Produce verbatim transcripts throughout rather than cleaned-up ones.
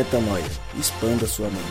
Metanoia. Expanda sua mente.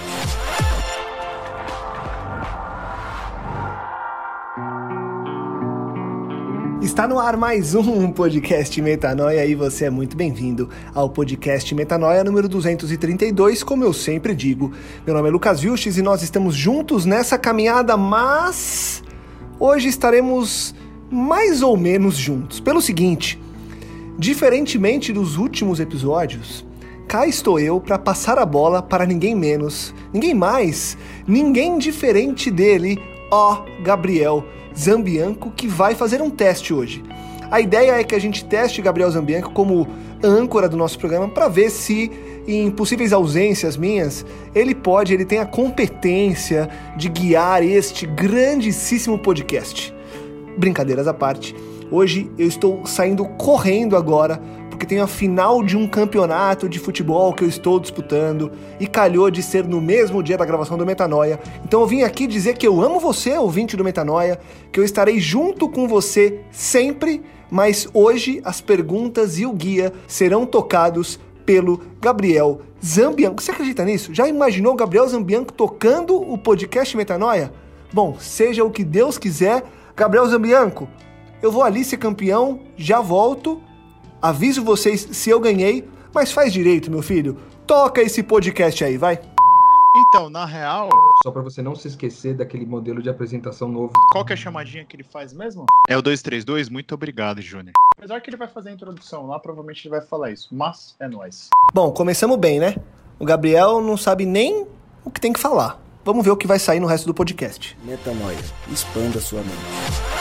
Está no ar mais um podcast Metanoia e você é muito bem-vindo ao podcast Metanoia número duzentos e trinta e dois, como eu sempre digo. Meu nome é Lucas Vilches e nós estamos juntos nessa caminhada, mas hoje estaremos mais ou menos juntos. Pelo seguinte, diferentemente dos últimos episódios, cá estou eu para passar a bola para ninguém menos, ninguém mais, ninguém diferente dele, ó Gabriel Zambianco, que vai fazer um teste hoje. A ideia é que a gente teste Gabriel Zambianco como âncora do nosso programa para ver se, em possíveis ausências minhas, ele pode, ele tem a competência de guiar este grandíssimo podcast. Brincadeiras à parte, hoje eu estou saindo correndo agora porque tem a final de um campeonato de futebol que eu estou disputando e calhou de ser no mesmo dia da gravação do Metanoia. Então eu vim aqui dizer que eu amo você, ouvinte do Metanoia, que eu estarei junto com você sempre, mas hoje as perguntas e o guia serão tocados pelo Gabriel Zambianco. Você acredita nisso? Já imaginou o Gabriel Zambianco tocando o podcast Metanoia? Bom, seja o que Deus quiser. Gabriel Zambianco, eu vou ali ser campeão, já volto. Aviso vocês se eu ganhei, mas faz direito, meu filho. Toca esse podcast aí, vai. Então, na real... Só pra você não se esquecer daquele modelo de apresentação novo. Qual que é a chamadinha que ele faz mesmo? É o dois três dois? Muito obrigado, Júnior. Apesar que ele vai fazer a introdução lá, provavelmente ele vai falar isso. Mas é nóis. Bom, começamos bem, né? O Gabriel não sabe nem o que tem que falar. Vamos ver o que vai sair no resto do podcast. Metanoia. Expanda sua mente.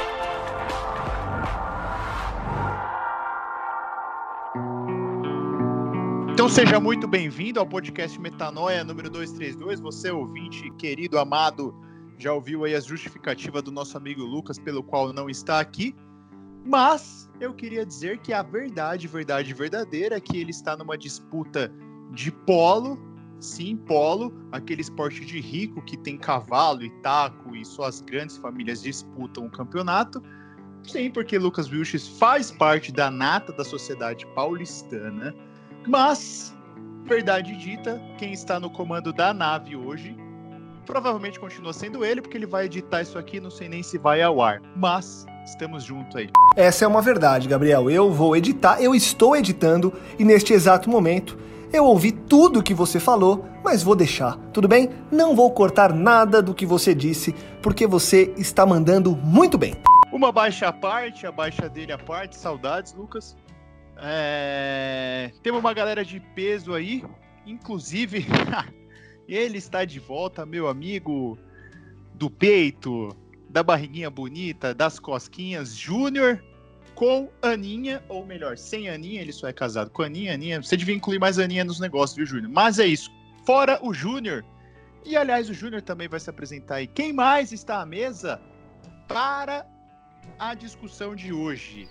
Então seja muito bem-vindo ao podcast Metanoia número duzentos e trinta e dois. Você, ouvinte, querido, amado, já ouviu aí a justificativa do nosso amigo Lucas, pelo qual não está aqui. Mas eu queria dizer que a verdade, verdade verdadeira é que ele está numa disputa de polo, sim, polo, aquele esporte de rico que tem cavalo e taco e suas grandes famílias disputam o campeonato. Sim, porque Lucas Vilches faz parte da nata da sociedade paulistana. Mas, verdade dita, quem está no comando da nave hoje provavelmente continua sendo ele, porque ele vai editar isso aqui, não sei nem se vai ao ar. Mas estamos juntos aí. Essa é uma verdade, Gabriel. Eu vou editar, eu estou editando e neste exato momento eu ouvi tudo que você falou, mas vou deixar, tudo bem? Não vou cortar nada do que você disse, porque você está mandando muito bem. Uma baixa à parte, a baixa dele à parte, saudades, Lucas. É... Temos uma galera de peso aí, inclusive ele está de volta, meu amigo do peito, da barriguinha bonita, das cosquinhas, Júnior, com Aninha, ou melhor, sem Aninha, ele só é casado com Aninha, Aninha, você devia incluir mais Aninha nos negócios, viu, Júnior? Mas é isso, fora o Júnior, e aliás o Júnior também vai se apresentar aí. Quem mais está à mesa para a discussão de hoje?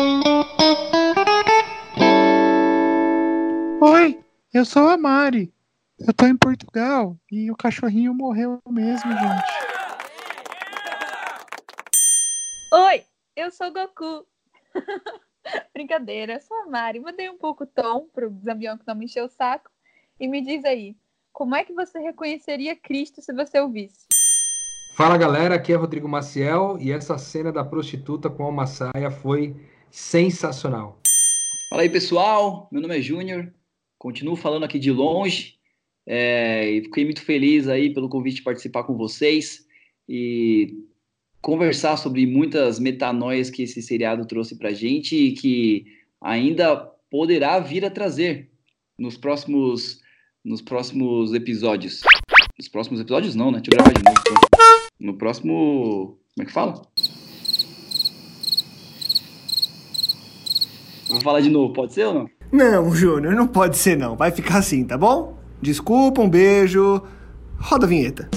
Oi, eu sou a Mari. Eu tô em Portugal e o cachorrinho morreu mesmo, gente. Oi, eu sou o Goku. Brincadeira, eu sou a Mari. Mudei um pouco o tom pro Zambianco não me encher o saco. E me diz aí, como é que você reconheceria Cristo se você o visse? Fala galera, aqui é Rodrigo Maciel e essa cena da prostituta com alma saia foi sensacional. Fala aí pessoal, meu nome é Júnior, continuo falando aqui de longe é, e fiquei muito feliz aí pelo convite de participar com vocês e conversar sobre muitas metanoias que esse seriado trouxe pra gente e que ainda poderá vir a trazer nos próximos, nos próximos episódios. Nos próximos episódios não, né? Deixa eu gravar de novo. Então. No próximo... Como é que fala? Vou falar de novo, pode ser ou não? Não, Júnior, não pode ser não. Vai ficar assim, tá bom? Desculpa, um beijo. Roda a vinheta.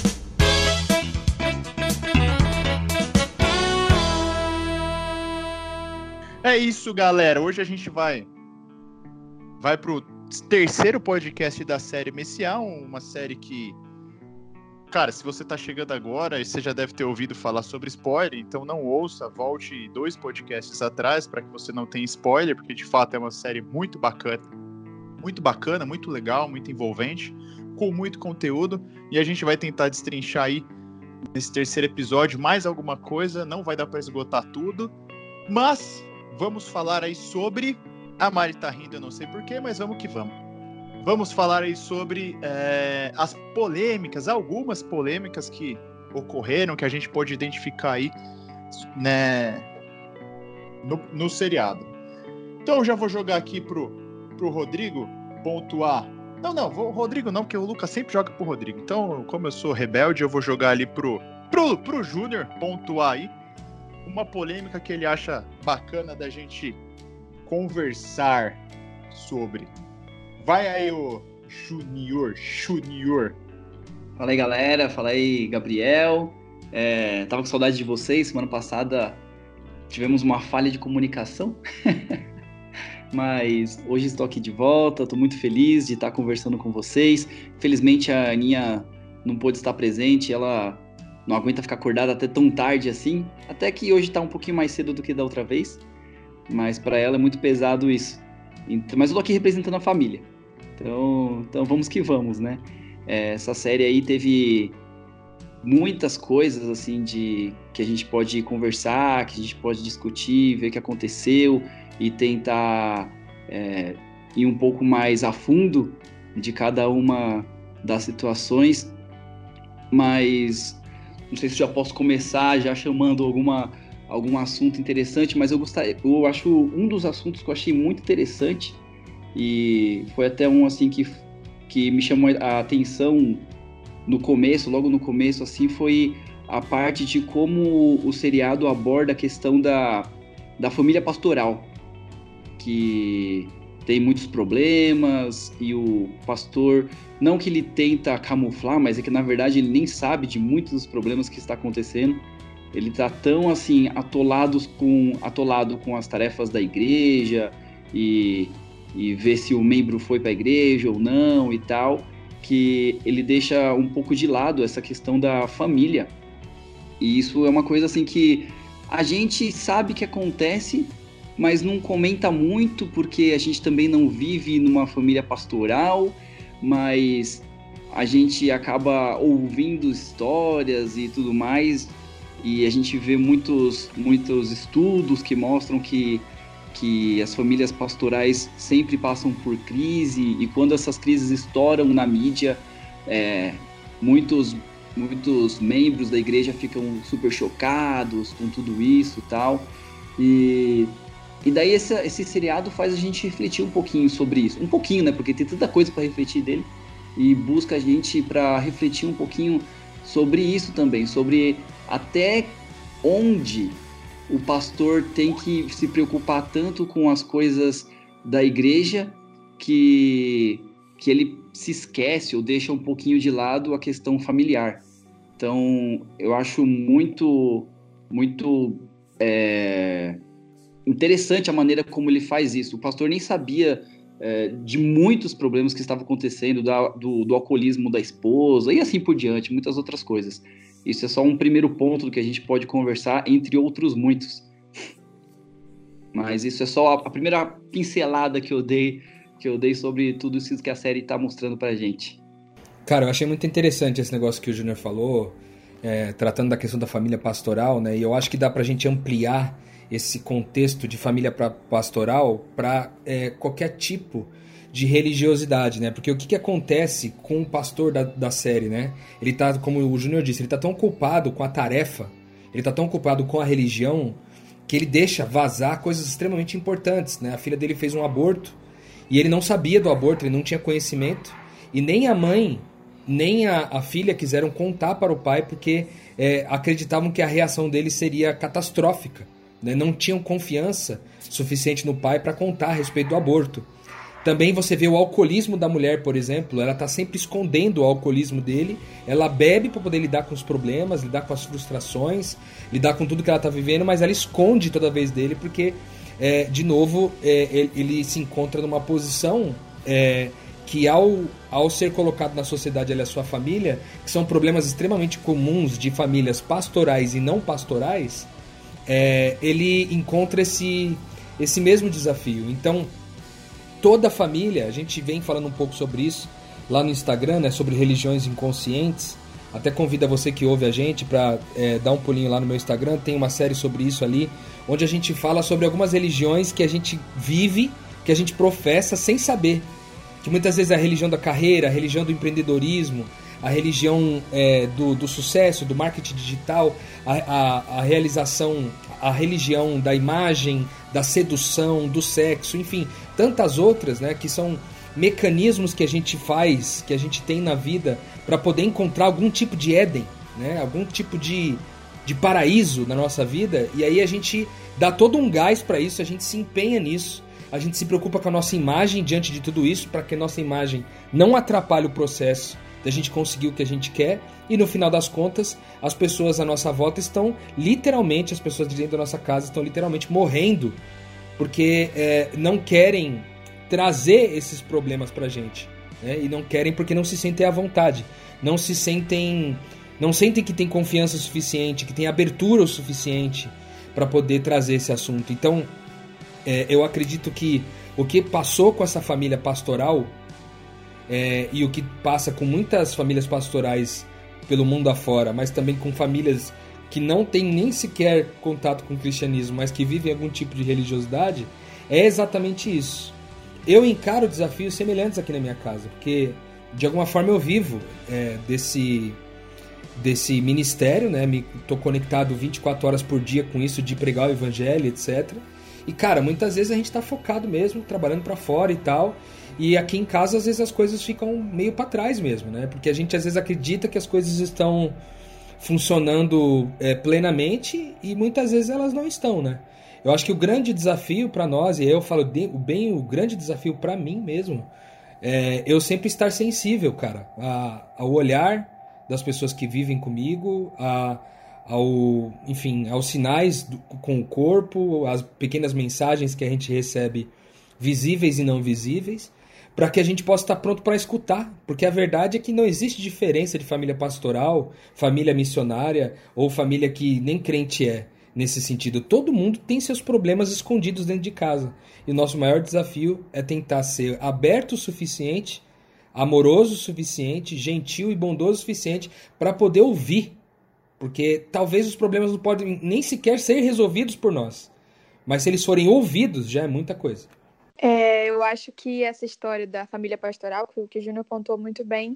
É isso, galera. Hoje a gente vai vai pro terceiro podcast da série Messião, uma série que, cara, se você tá chegando agora, você já deve ter ouvido falar sobre spoiler, então não ouça, volte dois podcasts atrás para que você não tenha spoiler, porque de fato é uma série muito bacana, muito bacana, muito legal, muito envolvente, com muito conteúdo, e a gente vai tentar destrinchar aí nesse terceiro episódio mais alguma coisa, não vai dar para esgotar tudo, mas vamos falar aí sobre... A Mari tá rindo, eu não sei porquê, mas vamos que vamos. Vamos falar aí sobre é, as polêmicas, algumas polêmicas que ocorreram, que a gente pode identificar aí, né, no, no seriado. Então eu já vou jogar aqui pro, pro Rodrigo pontuar. Não, não, vou, Rodrigo não, porque o Lucas sempre joga pro Rodrigo. Então, como eu sou rebelde, eu vou jogar ali pro, pro, pro Júnior pontuar aí uma polêmica que ele acha bacana da gente conversar sobre. Vai aí, o Junior, Junior. Fala aí, galera. Fala aí, Gabriel. É, tava com saudade de vocês. Semana passada tivemos uma falha de comunicação. Mas hoje estou aqui de volta. Estou muito feliz de estar conversando com vocês. Felizmente a Aninha não pôde estar presente. Ela não aguenta ficar acordada até tão tarde assim. Até que hoje está um pouquinho mais cedo do que da outra vez. Mas para ela é muito pesado isso. Então, mas eu tô aqui representando a família. Então, então vamos que vamos, né? É, essa série aí teve muitas coisas assim de que a gente pode conversar, que a gente pode discutir, ver o que aconteceu e tentar é, ir um pouco mais a fundo de cada uma das situações. Mas não sei se já posso começar já chamando alguma algum assunto interessante, mas eu gostaria, eu acho um dos assuntos que eu achei muito interessante e foi até um assim que, que me chamou a atenção no começo, logo no começo assim, foi a parte de como o seriado aborda a questão da, da família pastoral, que tem muitos problemas e o pastor, não que ele tenta camuflar, mas é que na verdade ele nem sabe de muitos dos problemas que está acontecendo. Ele está tão assim atolado com, atolado com as tarefas da igreja e, e ver se o membro foi para a igreja ou não e tal, que ele deixa um pouco de lado essa questão da família. E isso é uma coisa assim que a gente sabe que acontece, mas não comenta muito porque a gente também não vive numa família pastoral, mas a gente acaba ouvindo histórias e tudo mais. E a gente vê muitos, muitos estudos que mostram que, que as famílias pastorais sempre passam por crise e quando essas crises estouram na mídia, é, muitos, muitos membros da igreja ficam super chocados com tudo isso e tal. E, e daí esse, esse seriado faz a gente refletir um pouquinho sobre isso. Um pouquinho, né? Porque tem tanta coisa para refletir dele e busca a gente para refletir um pouquinho sobre isso também, sobre até onde o pastor tem que se preocupar tanto com as coisas da igreja que, que ele se esquece ou deixa um pouquinho de lado a questão familiar. Então, eu acho muito, muito é, interessante a maneira como ele faz isso. O pastor nem sabia é, de muitos problemas que estavam acontecendo, da, do, do alcoolismo da esposa e assim por diante, muitas outras coisas. Isso é só um primeiro ponto do que a gente pode conversar, entre outros muitos. Mas isso é só a primeira pincelada que eu dei, que eu dei sobre tudo isso que a série está mostrando pra gente. Cara, eu achei muito interessante esse negócio que o Júnior falou, é, tratando da questão da família pastoral, né? E eu acho que dá pra gente ampliar esse contexto de família pastoral para é, qualquer tipo de religiosidade, né? Porque o que, que acontece com o pastor da, da série, né? Ele tá, como o Júnior disse, ele tá tão ocupado com a tarefa, ele tá tão ocupado com a religião, que ele deixa vazar coisas extremamente importantes, né? A filha dele fez um aborto, e ele não sabia do aborto, ele não tinha conhecimento, e nem a mãe, nem a, a filha quiseram contar para o pai, porque é, acreditavam que a reação dele seria catastrófica, né? Não tinham confiança suficiente no pai para contar a respeito do aborto. Também você vê o alcoolismo da mulher, por exemplo, ela está sempre escondendo o alcoolismo dele, ela bebe para poder lidar com os problemas, lidar com as frustrações, lidar com tudo que ela está vivendo, mas ela esconde toda vez dele porque, é, de novo, é, ele, ele se encontra numa posição é, que ao, ao ser colocado na sociedade, ele e a sua família, que são problemas extremamente comuns de famílias pastorais e não pastorais, é, ele encontra esse, esse mesmo desafio. Então, toda a família, a gente vem falando um pouco sobre isso lá no Instagram, né, sobre religiões inconscientes. Até convido você que ouve a gente para é, dar um pulinho lá no meu Instagram, tem uma série sobre isso ali, onde a gente fala sobre algumas religiões que a gente vive, que a gente professa sem saber. Que muitas vezes é a religião da carreira, a religião do empreendedorismo, a religião é, do, do sucesso, do marketing digital, a, a, a realização, a religião da imagem, da sedução, do sexo, enfim, tantas outras, né, que são mecanismos que a gente faz, que a gente tem na vida para poder encontrar algum tipo de Éden, né, algum tipo de, de paraíso na nossa vida, e aí a gente dá todo um gás para isso, a gente se empenha nisso, a gente se preocupa com a nossa imagem diante de tudo isso, para que a nossa imagem não atrapalhe o processo da gente conseguir o que a gente quer, e no final das contas, as pessoas à nossa volta estão literalmente, as pessoas de dentro da nossa casa estão literalmente morrendo, porque é, não querem trazer esses problemas pra gente, né? E não querem porque não se sentem à vontade, não se sentem, não sentem que tem confiança suficiente, que tem abertura o suficiente para poder trazer esse assunto. Então, é, eu acredito que o que passou com essa família pastoral É, e o que passa com muitas famílias pastorais pelo mundo afora, mas também com famílias que não têm nem sequer contato com o cristianismo, mas que vivem algum tipo de religiosidade, é exatamente isso. Eu encaro desafios semelhantes aqui na minha casa, porque de alguma forma eu vivo é, desse, desse ministério, né? Estou conectado vinte e quatro horas por dia com isso de pregar o evangelho, etcétera. E cara, muitas vezes a gente está focado mesmo, trabalhando para fora e tal. E aqui em casa, às vezes, as coisas ficam meio para trás mesmo, né? Porque a gente, às vezes, acredita que as coisas estão funcionando é, plenamente e muitas vezes elas não estão, né? Eu acho que o grande desafio para nós, e eu falo de, bem o grande desafio para mim mesmo, é eu sempre estar sensível, cara, a, ao olhar das pessoas que vivem comigo, a, ao, enfim, aos sinais do, com o corpo, as pequenas mensagens que a gente recebe, visíveis e não visíveis, para que a gente possa estar pronto para escutar, porque a verdade é que não existe diferença de família pastoral, família missionária ou família que nem crente é, nesse sentido. Todo mundo tem seus problemas escondidos dentro de casa, e o nosso maior desafio é tentar ser aberto o suficiente, amoroso o suficiente, gentil e bondoso o suficiente para poder ouvir, porque talvez os problemas não podem nem sequer ser resolvidos por nós, mas se eles forem ouvidos já é muita coisa. É, eu acho que essa história da família pastoral, que o que o Júnior apontou muito bem,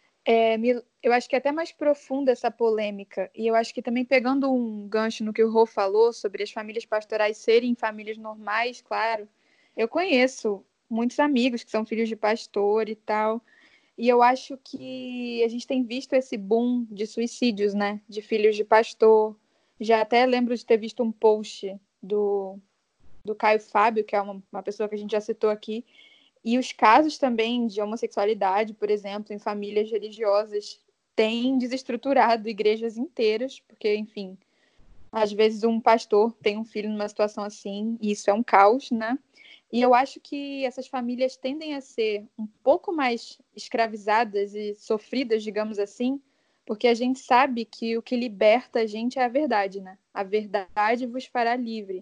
é, me, eu acho que é até mais profunda essa polêmica. E eu acho que também pegando um gancho no que o Rô falou sobre as famílias pastorais serem famílias normais, claro, eu conheço muitos amigos que são filhos de pastor e tal, e eu acho que a gente tem visto esse boom de suicídios, né, de filhos de pastor. Já até lembro de ter visto um post do... do Caio Fábio, que é uma, uma pessoa que a gente já citou aqui, e os casos também de homossexualidade, por exemplo, em famílias religiosas, têm desestruturado igrejas inteiras, porque, enfim, às vezes um pastor tem um filho numa situação assim, e isso é um caos, né? E eu acho que essas famílias tendem a ser um pouco mais escravizadas e sofridas, digamos assim, porque a gente sabe que o que liberta a gente é a verdade, né? A verdade vos fará livre.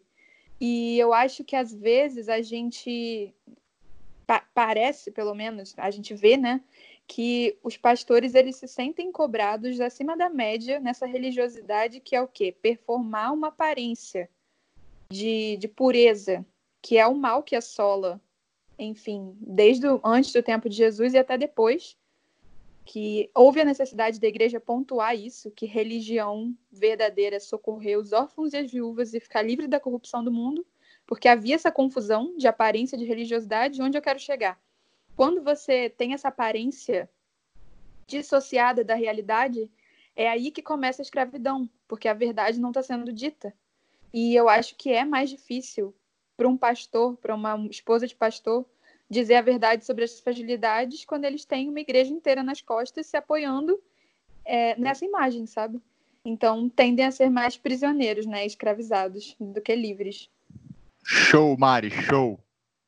E eu acho que às vezes a gente pa- parece, pelo menos, a gente vê, né, que os pastores eles se sentem cobrados acima da média nessa religiosidade que é o quê? Performar uma aparência de, de pureza, que é o mal que assola, enfim, desde o, antes do tempo de Jesus e até depois, que houve a necessidade da igreja pontuar isso, que religião verdadeira é socorrer os órfãos e as viúvas e ficar livre da corrupção do mundo, porque havia essa confusão de aparência de religiosidade, onde eu quero chegar. Quando você tem essa aparência dissociada da realidade, é aí que começa a escravidão, porque a verdade não está sendo dita. E eu acho que é mais difícil para um pastor, para uma esposa de pastor, dizer a verdade sobre as fragilidades quando eles têm uma igreja inteira nas costas se apoiando é, nessa imagem, sabe? Então, tendem a ser mais prisioneiros, né? Escravizados do que livres. Show, Mari, show!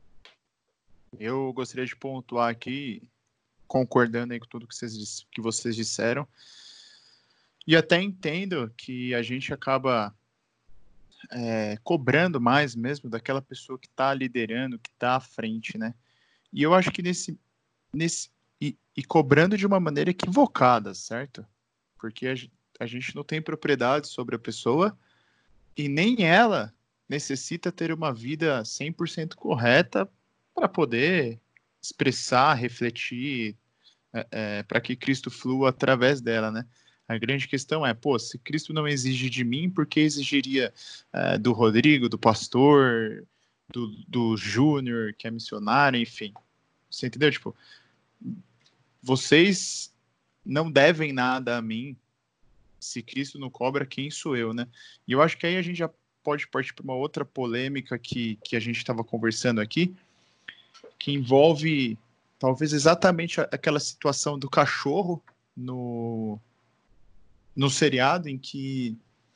Eu gostaria de pontuar aqui, concordando aí com tudo que vocês, que vocês disseram, e até entendo que a gente acaba é, cobrando mais mesmo daquela pessoa que está liderando, que está à frente, né? E eu acho que nesse... nesse e, e cobrando de uma maneira equivocada, certo? Porque a, a gente não tem propriedade sobre a pessoa e nem ela necessita ter uma vida cem por cento correta para poder expressar, refletir, é, é, para que Cristo flua através dela, né? A grande questão é, pô, se Cristo não exige de mim, por que exigiria é, do Rodrigo, do pastor, do, do Júnior, que é missionário, enfim. Você entendeu? Tipo, vocês não devem nada a mim se Cristo não cobra, quem sou eu, né? E eu acho que aí a gente já pode partir para uma outra polêmica que, que a gente estava conversando aqui, que envolve talvez exatamente aquela situação do cachorro no, no seriado, em que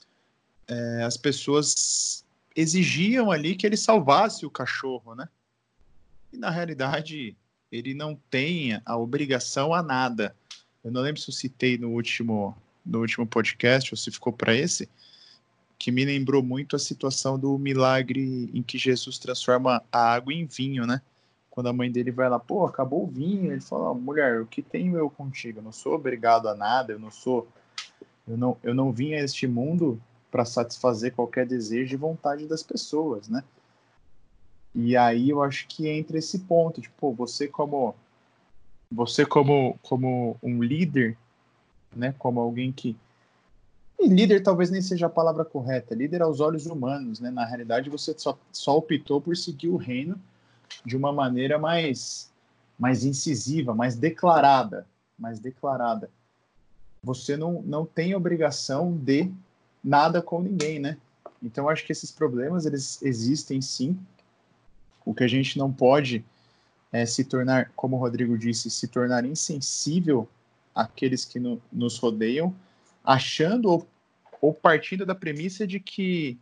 é, as pessoas exigiam ali que ele salvasse o cachorro, né? E na realidade ele não tem a obrigação a nada. Eu não lembro se eu citei no último, no último podcast ou se ficou para esse, que me lembrou muito a situação do milagre em que Jesus transforma a água em vinho, né? Quando a mãe dele vai lá, pô, acabou o vinho, ele fala, mulher, o que tenho eu contigo? Eu não sou obrigado a nada, eu não sou, eu não, eu não vim a este mundo para satisfazer qualquer desejo e vontade das pessoas, né? E aí eu acho que entra esse ponto, tipo, você como você como como um líder, né, como alguém que e líder talvez nem seja a palavra correta, líder aos olhos humanos, né? Na realidade você só, só optou por seguir o reino de uma maneira mais mais incisiva, mais declarada, mais declarada. Você não, não tem obrigação de nada com ninguém, né? Então eu acho que esses problemas eles existem sim. O que a gente não pode é se tornar, como o Rodrigo disse, se tornar insensível àqueles que no, nos rodeiam, achando ou, ou partindo da premissa de que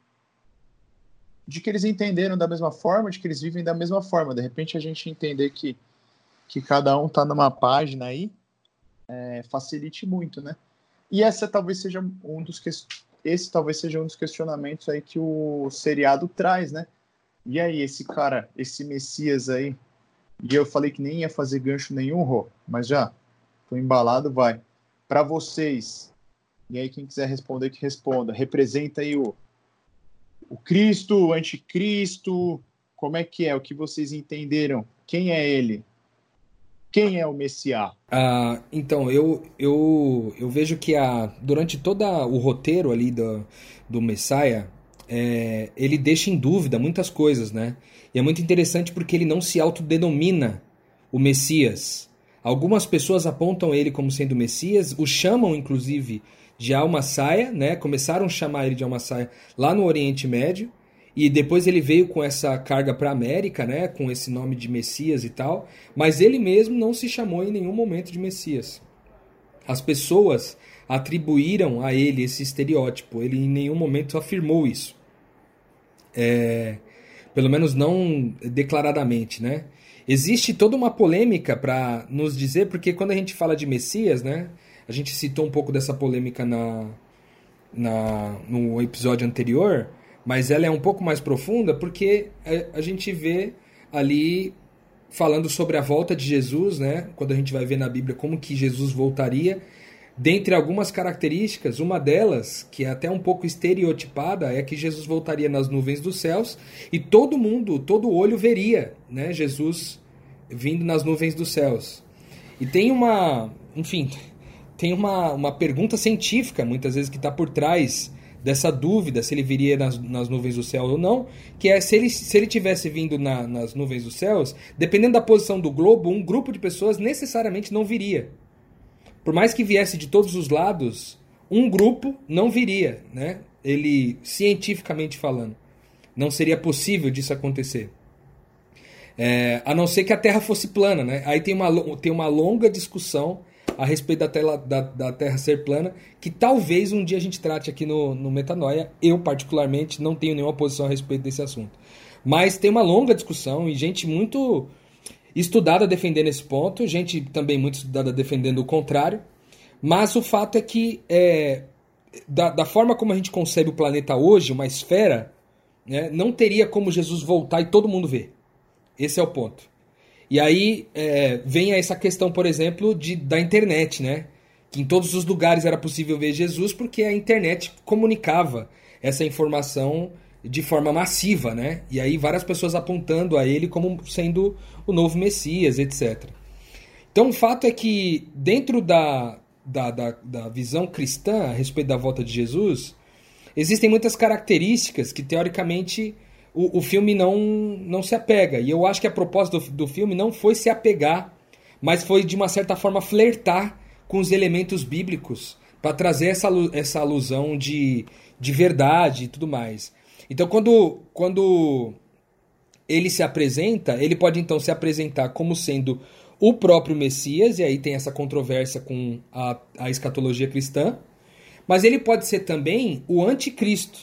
de que eles entenderam da mesma forma, de que eles vivem da mesma forma. De repente a gente entender que, que cada um está numa página aí, é, facilite muito, né? E essa talvez seja um dos que, esse talvez seja um dos questionamentos aí que o seriado traz, né? E aí, esse cara, esse Messias aí, e eu falei que nem ia fazer gancho nenhum, Rô, mas já, tô embalado, vai. Para vocês, e aí quem quiser responder, que responda, representa aí o, o Cristo, o anticristo, como é que é, o que vocês entenderam? Quem é ele? Quem é o Messias? Ah, então, eu, eu, eu vejo que a, durante todo o roteiro ali do, do Messias, É, ele deixa em dúvida muitas coisas, né? E é muito interessante porque ele não se autodenomina o Messias. Algumas pessoas apontam ele como sendo o Messias, o chamam inclusive de Al-Massaia, né? Começaram a chamar ele de Al-Massaia lá no Oriente Médio, e depois ele veio com essa carga para a América, né? Com esse nome de Messias e tal, mas ele mesmo não se chamou em nenhum momento de Messias. As pessoas atribuíram a ele esse estereótipo, ele em nenhum momento afirmou isso. É, pelo menos não declaradamente, né? Existe toda uma polêmica para nos dizer, porque quando a gente fala de Messias, né? A gente citou um pouco dessa polêmica na, na, no episódio anterior, mas ela é um pouco mais profunda porque a, a gente vê ali falando sobre a volta de Jesus, né? Quando a gente vai ver na Bíblia como que Jesus voltaria. Dentre algumas características, uma delas, que é até um pouco estereotipada, é que Jesus voltaria nas nuvens dos céus e todo mundo, todo olho veria, né, Jesus vindo nas nuvens dos céus. E tem uma, enfim, tem uma, uma pergunta científica, muitas vezes, que está por trás dessa dúvida, se ele viria nas, nas nuvens do céu ou não, que é se ele, se ele tivesse vindo na, nas nuvens dos céus, dependendo da posição do globo, um grupo de pessoas necessariamente não viria. Por mais que viesse de todos os lados, um grupo não viria, né? Ele, cientificamente falando. Não seria possível disso acontecer. É, a não ser que a Terra fosse plana, né? Aí tem uma, tem uma longa discussão a respeito da, tela, da, da Terra ser plana, que talvez um dia a gente trate aqui no, no Metanoia. Eu, particularmente, não tenho nenhuma posição a respeito desse assunto. Mas tem uma longa discussão e gente muito estudada defendendo esse ponto, gente também muito estudada defendendo o contrário, mas o fato é que é, da, da forma como a gente concebe o planeta hoje, uma esfera, né, não teria como Jesus voltar e todo mundo ver. Esse é o ponto. E aí é, vem essa questão, por exemplo, de, da internet, né? Que em todos os lugares era possível ver Jesus porque a internet comunicava essa informação de forma massiva, né? E aí várias pessoas apontando a ele como sendo o novo Messias, etcétera. Então o fato é que dentro da, da, da, da visão cristã a respeito da volta de Jesus, existem muitas características que teoricamente o, o filme não, não se apega. E eu acho que a proposta do, do filme não foi se apegar, mas foi de uma certa forma flertar com os elementos bíblicos para trazer essa, essa alusão de, de verdade e tudo mais. Então, quando, quando ele se apresenta, ele pode então se apresentar como sendo o próprio Messias, e aí tem essa controvérsia com a, a escatologia cristã, mas ele pode ser também o anticristo.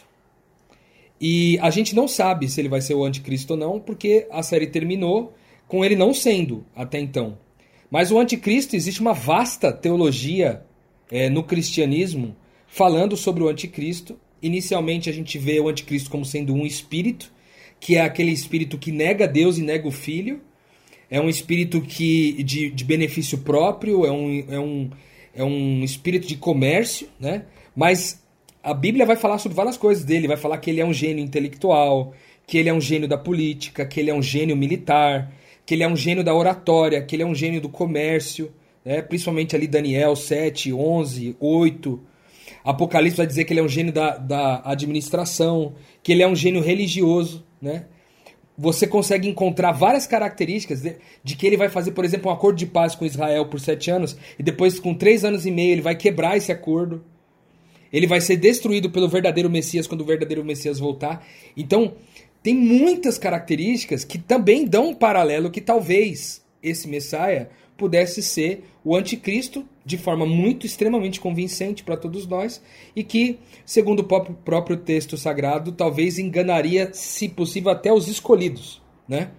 E a gente não sabe se ele vai ser o anticristo ou não, porque a série terminou com ele não sendo até então. Mas o anticristo, existe uma vasta teologia é, no cristianismo falando sobre o anticristo. Inicialmente a gente vê o anticristo como sendo um espírito, que é aquele espírito que nega Deus e nega o Filho. É um espírito que, de, de benefício próprio, é um, é, um, é um espírito de comércio, né? Mas a Bíblia vai falar sobre várias coisas dele. Vai falar que ele é um gênio intelectual, que ele é um gênio da política, que ele é um gênio militar, que ele é um gênio da oratória, que ele é um gênio do comércio, né? Principalmente ali Daniel sete, onze, oito. Apocalipse vai dizer que ele é um gênio da, da administração, que ele é um gênio religioso, né? Você consegue encontrar várias características de, de que ele vai fazer, por exemplo, um acordo de paz com Israel por sete anos, e depois, com três anos e meio, ele vai quebrar esse acordo. Ele vai ser destruído pelo verdadeiro Messias quando o verdadeiro Messias voltar. Então, tem muitas características que também dão um paralelo que talvez esse Messias pudesse ser o anticristo de forma muito extremamente convincente para todos nós e que, segundo o próprio, próprio texto sagrado, talvez enganaria, se possível, até os escolhidos, né?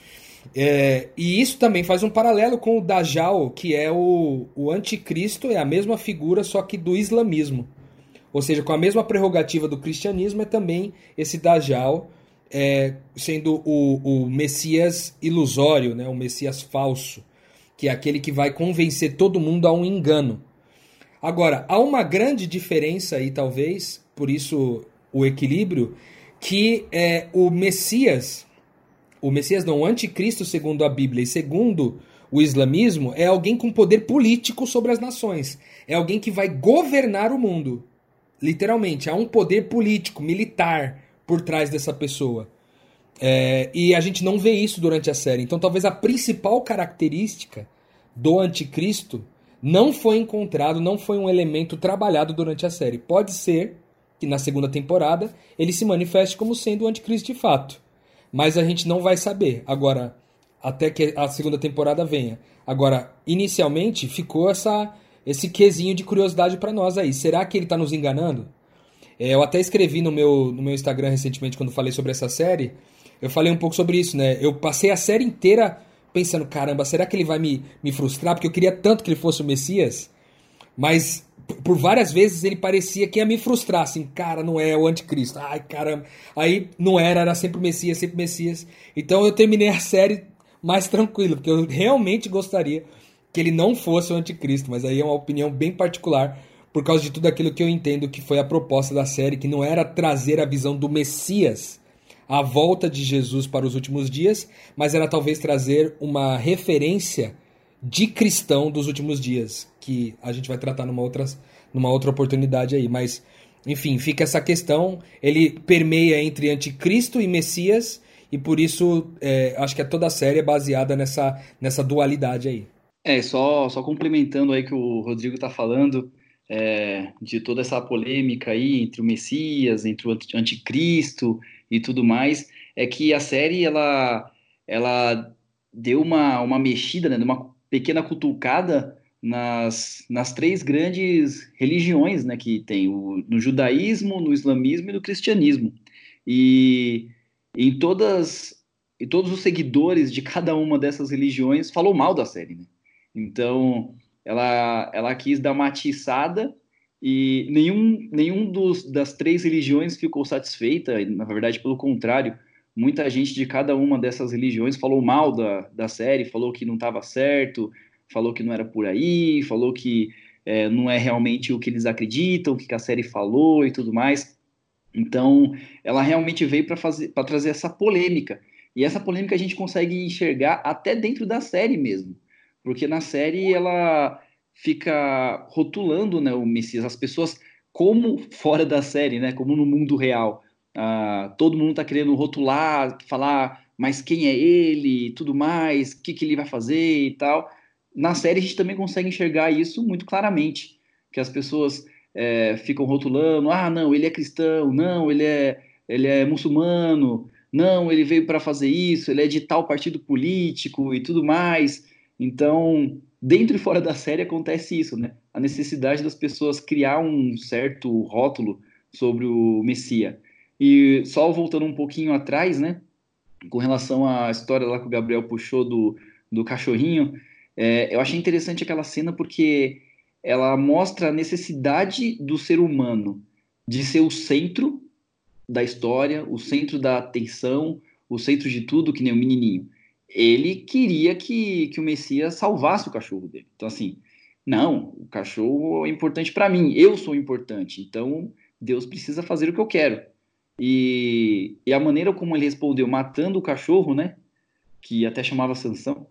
É, e isso também faz um paralelo com o Dajjal, que é o, o anticristo, é a mesma figura, só que do islamismo. Ou seja, com a mesma prerrogativa do cristianismo, é também esse Dajjal, é, sendo o, o Messias ilusório, né? O Messias falso, que é aquele que vai convencer todo mundo a um engano. Agora, há uma grande diferença aí, talvez, por isso o equilíbrio, que é o Messias, o Messias não, o anticristo segundo a Bíblia e segundo o islamismo, é alguém com poder político sobre as nações. É alguém que vai governar o mundo. Literalmente, há um poder político, militar por trás dessa pessoa. É, e a gente não vê isso durante a série. Então talvez a principal característica do anticristo não foi encontrado, não foi um elemento trabalhado durante a série. Pode ser que na segunda temporada ele se manifeste como sendo o anticristo de fato. Mas a gente não vai saber. Agora, até que a segunda temporada venha. Agora, inicialmente ficou essa, esse quesinho de curiosidade para nós aí. Será que ele está nos enganando? É, eu até escrevi no meu, no meu Instagram recentemente, quando falei sobre essa série. Eu falei um pouco sobre isso, né? Eu passei a série inteira pensando, caramba, será que ele vai me, me frustrar? Porque eu queria tanto que ele fosse o Messias. Mas por várias vezes ele parecia que ia me frustrar, assim, cara, não é o anticristo. Ai, caramba. Aí não era, era sempre o Messias, sempre o Messias. Então eu terminei a série mais tranquilo, porque eu realmente gostaria que ele não fosse o anticristo. Mas aí é uma opinião bem particular, por causa de tudo aquilo que eu entendo que foi a proposta da série, que não era trazer a visão do Messias, a volta de Jesus para os últimos dias, mas era talvez trazer uma referência de cristão dos últimos dias, que a gente vai tratar numa outra, numa outra oportunidade aí. Mas, enfim, fica essa questão, ele permeia entre anticristo e Messias, e por isso é, acho que é toda a série é baseada nessa, nessa dualidade aí. É, só, só complementando aí que o Rodrigo está falando, é, de toda essa polêmica aí entre o Messias, entre o anticristo e tudo mais, é que a série, ela, ela deu uma, uma mexida, né, uma pequena cutucada nas, nas três grandes religiões, né, que tem, o, no judaísmo, no islamismo e no cristianismo. E em todas, e todos os seguidores de cada uma dessas religiões falou mal da série, né? Então, ela, ela quis dar uma atiçada e nenhum, nenhum dos, das três religiões ficou satisfeita, na verdade, pelo contrário, Muita gente de cada uma dessas religiões falou mal da, da série, falou que não estava certo, falou que não era por aí, falou que é, não é realmente o que eles acreditam, o que a série falou e tudo mais. Então, ela realmente veio para fazer, para trazer essa polêmica. E essa polêmica a gente consegue enxergar até dentro da série mesmo. Porque na série ela fica rotulando, né, o Messias, as pessoas como fora da série, né, como no mundo real. Ah, todo mundo está querendo rotular, falar, mas quem é ele, tudo mais, o que, que ele vai fazer e tal. Na série a gente também consegue enxergar isso muito claramente, que as pessoas é, ficam rotulando, ah, não, ele é cristão, não, ele é, ele é muçulmano, não, ele veio para fazer isso, ele é de tal partido político e tudo mais. Então, dentro e fora da série acontece isso, né? A necessidade das pessoas criar um certo rótulo sobre o Messias. E só voltando um pouquinho atrás, né? Com relação à história lá que o Gabriel puxou do, do cachorrinho, é, eu achei interessante aquela cena porque ela mostra a necessidade do ser humano de ser o centro da história, o centro da atenção, o centro de tudo, que nem o menininho. Ele queria que, que o Messias salvasse o cachorro dele. Então, assim, não, o cachorro é importante para mim, eu sou importante, então Deus precisa fazer o que eu quero. E, e a maneira como ele respondeu, matando o cachorro, né? Que até chamava Sansão,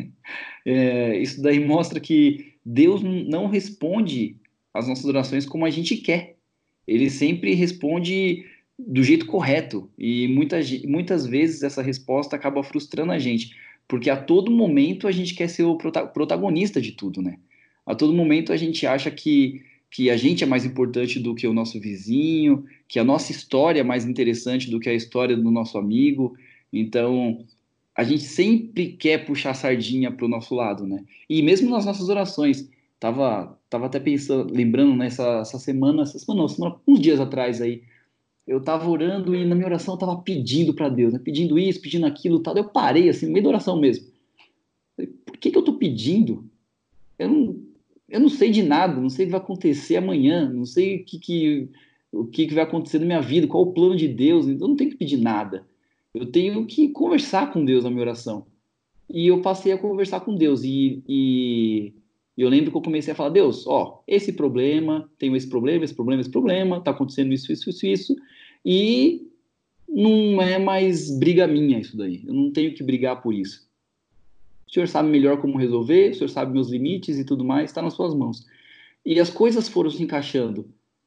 é, isso daí mostra que Deus não responde às nossas orações como a gente quer. Ele sempre responde do jeito correto. E muitas, muitas vezes essa resposta acaba frustrando a gente, porque a todo momento a gente quer ser o prota- protagonista de tudo, né? A todo momento a gente acha que, que a gente é mais importante do que o nosso vizinho, que a nossa história é mais interessante do que a história do nosso amigo. Então, a gente sempre quer puxar a sardinha para o nosso lado, né? E mesmo nas nossas orações, tava, tava até pensando, lembrando nessa essa semana, essa semana, não, semana, uns dias atrás aí, eu tava orando e na minha oração eu tava pedindo para Deus, né? Pedindo isso, pedindo aquilo, tal. Eu parei assim, no meio da oração mesmo. Falei, por que que eu tô pedindo? Eu não, eu não sei de nada, não sei o que vai acontecer amanhã, não sei o que, que, o que, que vai acontecer na minha vida, qual o plano de Deus, então eu não tenho que pedir nada. Eu tenho que conversar com Deus na minha oração. E eu passei a conversar com Deus. E, e eu lembro que eu comecei a falar: Deus, ó, esse problema, tenho esse problema, esse problema, esse problema, tá acontecendo isso, isso, isso, isso. E não é mais briga minha isso daí. Eu não tenho que brigar por isso. O senhor sabe melhor como resolver, o senhor sabe meus limites e tudo mais, está nas suas mãos. E as coisas foram se encaixando.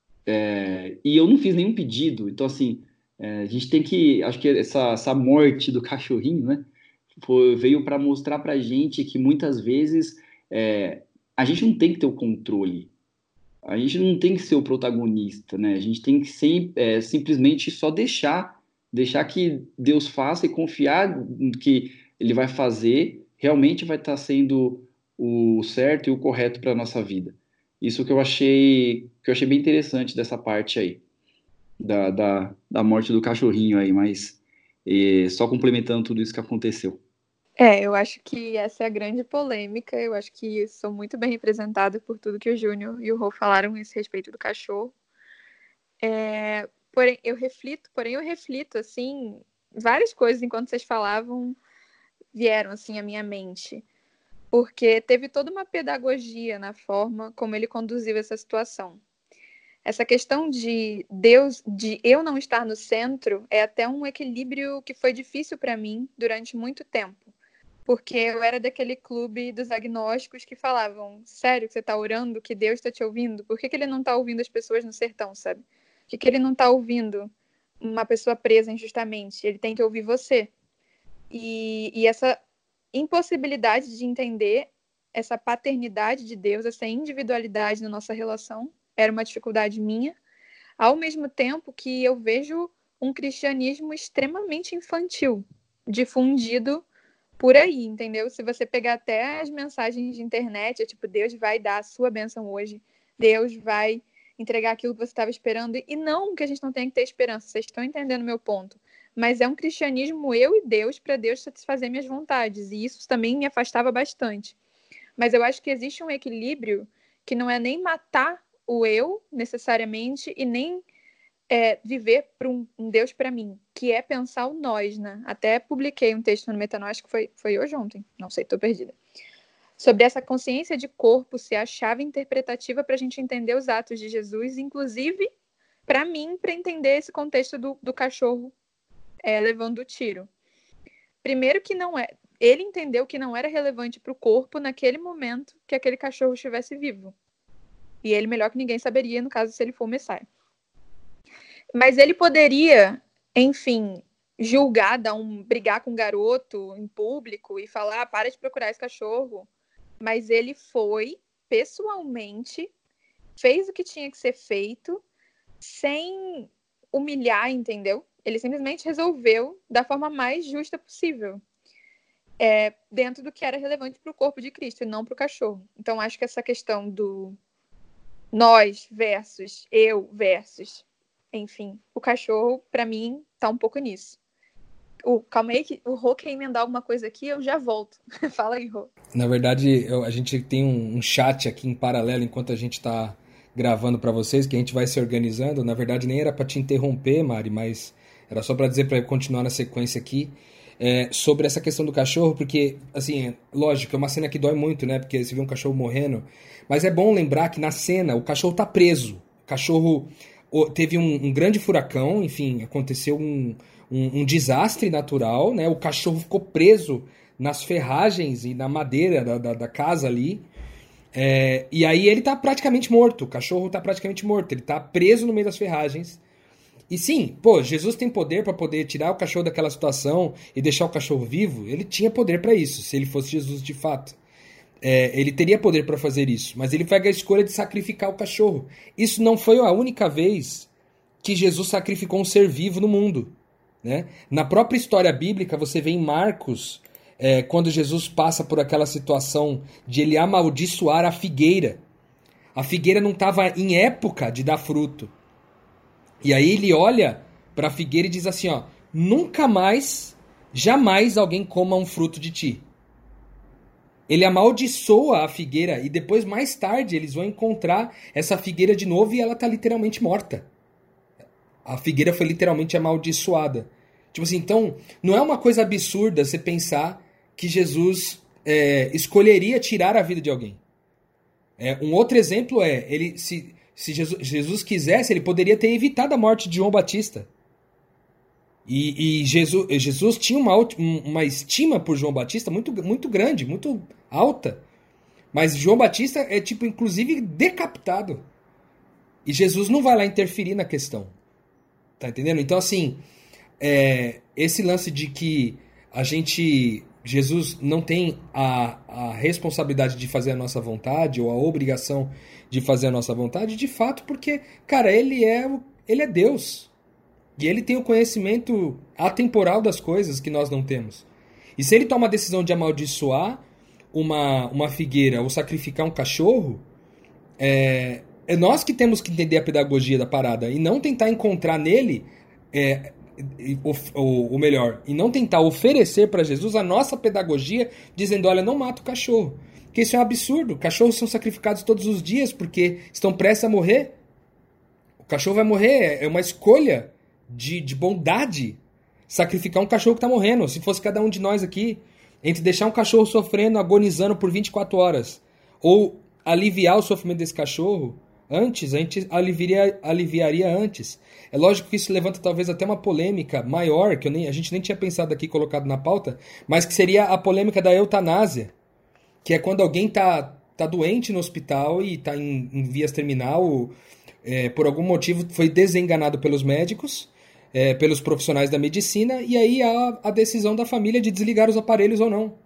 É, e eu não fiz nenhum pedido. Então, assim, é, a gente tem que. Acho que essa, essa morte do cachorrinho, né? Foi, veio para mostrar para a gente que muitas vezes é, a gente não tem que ter o controle, a gente não tem que ser o protagonista, né? A gente tem que sem, é, simplesmente só deixar, deixar que Deus faça e confiar que Ele vai fazer, realmente vai estar sendo o certo e o correto para a nossa vida. Isso que eu achei, que eu achei bem interessante dessa parte aí, da, da, da morte do cachorrinho aí, mas é, só complementando tudo isso que aconteceu. É, eu acho que essa é a grande polêmica. Eu acho que sou muito bem representada por tudo que o Júnior e o Rô falaram a esse respeito do cachorro. É, porém, eu reflito, porém eu reflito, assim, várias coisas enquanto vocês falavam vieram, assim, à minha mente. Porque teve toda uma pedagogia na forma como ele conduziu essa situação. Essa questão de Deus, de eu não estar no centro, é até um equilíbrio que foi difícil para mim durante muito tempo. Porque eu era daquele clube dos agnósticos que falavam: sério que você está orando, que Deus está te ouvindo? Por que, que ele não está ouvindo as pessoas no sertão, sabe? Por que, que ele não está ouvindo uma pessoa presa injustamente? Ele tem que ouvir você. E, e essa impossibilidade de entender essa paternidade de Deus, essa individualidade na nossa relação, era uma dificuldade minha. Ao mesmo tempo que eu vejo um cristianismo extremamente infantil, difundido por aí, entendeu? Se você pegar até as mensagens de internet, é tipo: Deus vai dar a sua bênção hoje, Deus vai entregar aquilo que você estava esperando. E não que a gente não tenha que ter esperança, vocês estão entendendo o meu ponto. Mas é um cristianismo eu e Deus, para Deus satisfazer minhas vontades. E isso também me afastava bastante. Mas eu acho que existe um equilíbrio que não é nem matar o eu, necessariamente, e nem é, viver para um, um Deus para mim, que é pensar o nós, né? Até publiquei um texto no Metanoia, acho que foi, foi hoje ou ontem, não sei, tô perdida. Sobre essa consciência de corpo ser a chave interpretativa para a gente entender os atos de Jesus, inclusive, para mim, para entender esse contexto do, do cachorro é, levando o tiro. Primeiro que não é... Ele entendeu que não era relevante para o corpo naquele momento que aquele cachorro estivesse vivo. E ele, melhor que ninguém, saberia, no caso, se ele for o Messias. Mas ele poderia, enfim, julgar, dar um, brigar com um garoto em público e falar, ah, para de procurar esse cachorro. Mas ele foi, pessoalmente, fez o que tinha que ser feito, sem humilhar, entendeu? Ele simplesmente resolveu da forma mais justa possível. É, dentro do que era relevante para o corpo de Cristo e não para o cachorro. Então, acho que essa questão do nós versus eu versus, enfim, o cachorro, para mim, tá um pouco nisso. O, calma aí, que o Rô quer emendar alguma coisa aqui, eu já volto. Fala aí, Rô. Na verdade, eu, a gente tem um, um chat aqui em paralelo enquanto a gente está gravando para vocês, que a gente vai se organizando. Na verdade, nem era para te interromper, Mari, mas era só para dizer para continuar na sequência aqui. É, sobre essa questão do cachorro, porque, assim, lógico, é uma cena que dói muito, né? Porque você vê um cachorro morrendo. Mas é bom lembrar que na cena o cachorro tá preso. O cachorro teve um, um grande furacão, enfim, aconteceu um, um, um desastre natural, né? O cachorro ficou preso nas ferragens e na madeira da, da, da casa ali. É, e aí ele tá praticamente morto. O cachorro tá praticamente morto. Ele tá preso no meio das ferragens. E sim, pô, Jesus tem poder para poder tirar o cachorro daquela situação e deixar o cachorro vivo. Ele tinha poder para isso, se ele fosse Jesus de fato. É, ele teria poder para fazer isso, mas ele faz a escolha de sacrificar o cachorro. Isso não foi a única vez que Jesus sacrificou um ser vivo no mundo, né? Na própria história bíblica, você vê em Marcos, é, quando Jesus passa por aquela situação de ele amaldiçoar a figueira. A figueira não estava em época de dar fruto. E aí ele olha para a figueira e diz assim, ó, nunca mais, jamais alguém coma um fruto de ti. Ele amaldiçoa a figueira e depois, mais tarde, eles vão encontrar essa figueira de novo e ela está literalmente morta. A figueira foi literalmente amaldiçoada. Tipo assim, então, não é uma coisa absurda você pensar que Jesus é, escolheria tirar a vida de alguém. É, um outro exemplo é, ele se... Se Jesus, Jesus quisesse, ele poderia ter evitado a morte de João Batista. E, e Jesus, Jesus tinha uma, uma estima por João Batista muito, muito grande, muito alta. Mas João Batista é, tipo, inclusive, decapitado. E Jesus não vai lá interferir na questão. Tá entendendo? Então, assim, é, esse lance de que a gente... Jesus não tem a, a responsabilidade de fazer a nossa vontade ou a obrigação de fazer a nossa vontade, de fato, porque, cara, ele é, ele é Deus. E ele tem o conhecimento atemporal das coisas que nós não temos. E se ele toma a decisão de amaldiçoar uma, uma figueira ou sacrificar um cachorro, é, é nós que temos que entender a pedagogia da parada e não tentar encontrar nele... É, ou melhor, e não tentar oferecer para Jesus a nossa pedagogia dizendo, olha, não mata o cachorro, porque isso é um absurdo. Cachorros são sacrificados todos os dias porque estão prestes a morrer. O cachorro vai morrer, é uma escolha de, de bondade sacrificar um cachorro que está morrendo. Se fosse cada um de nós aqui, entre deixar um cachorro sofrendo, agonizando por vinte e quatro horas ou aliviar o sofrimento desse cachorro antes, a gente aliviaria, aliviaria antes. É lógico que isso levanta talvez até uma polêmica maior, que eu nem, a gente nem tinha pensado aqui, colocado na pauta, mas que seria a polêmica da eutanásia, que é quando alguém está tá doente no hospital e está em, em vias terminal, é, por algum motivo foi desenganado pelos médicos, é, pelos profissionais da medicina, e aí há a decisão da família de desligar os aparelhos ou não.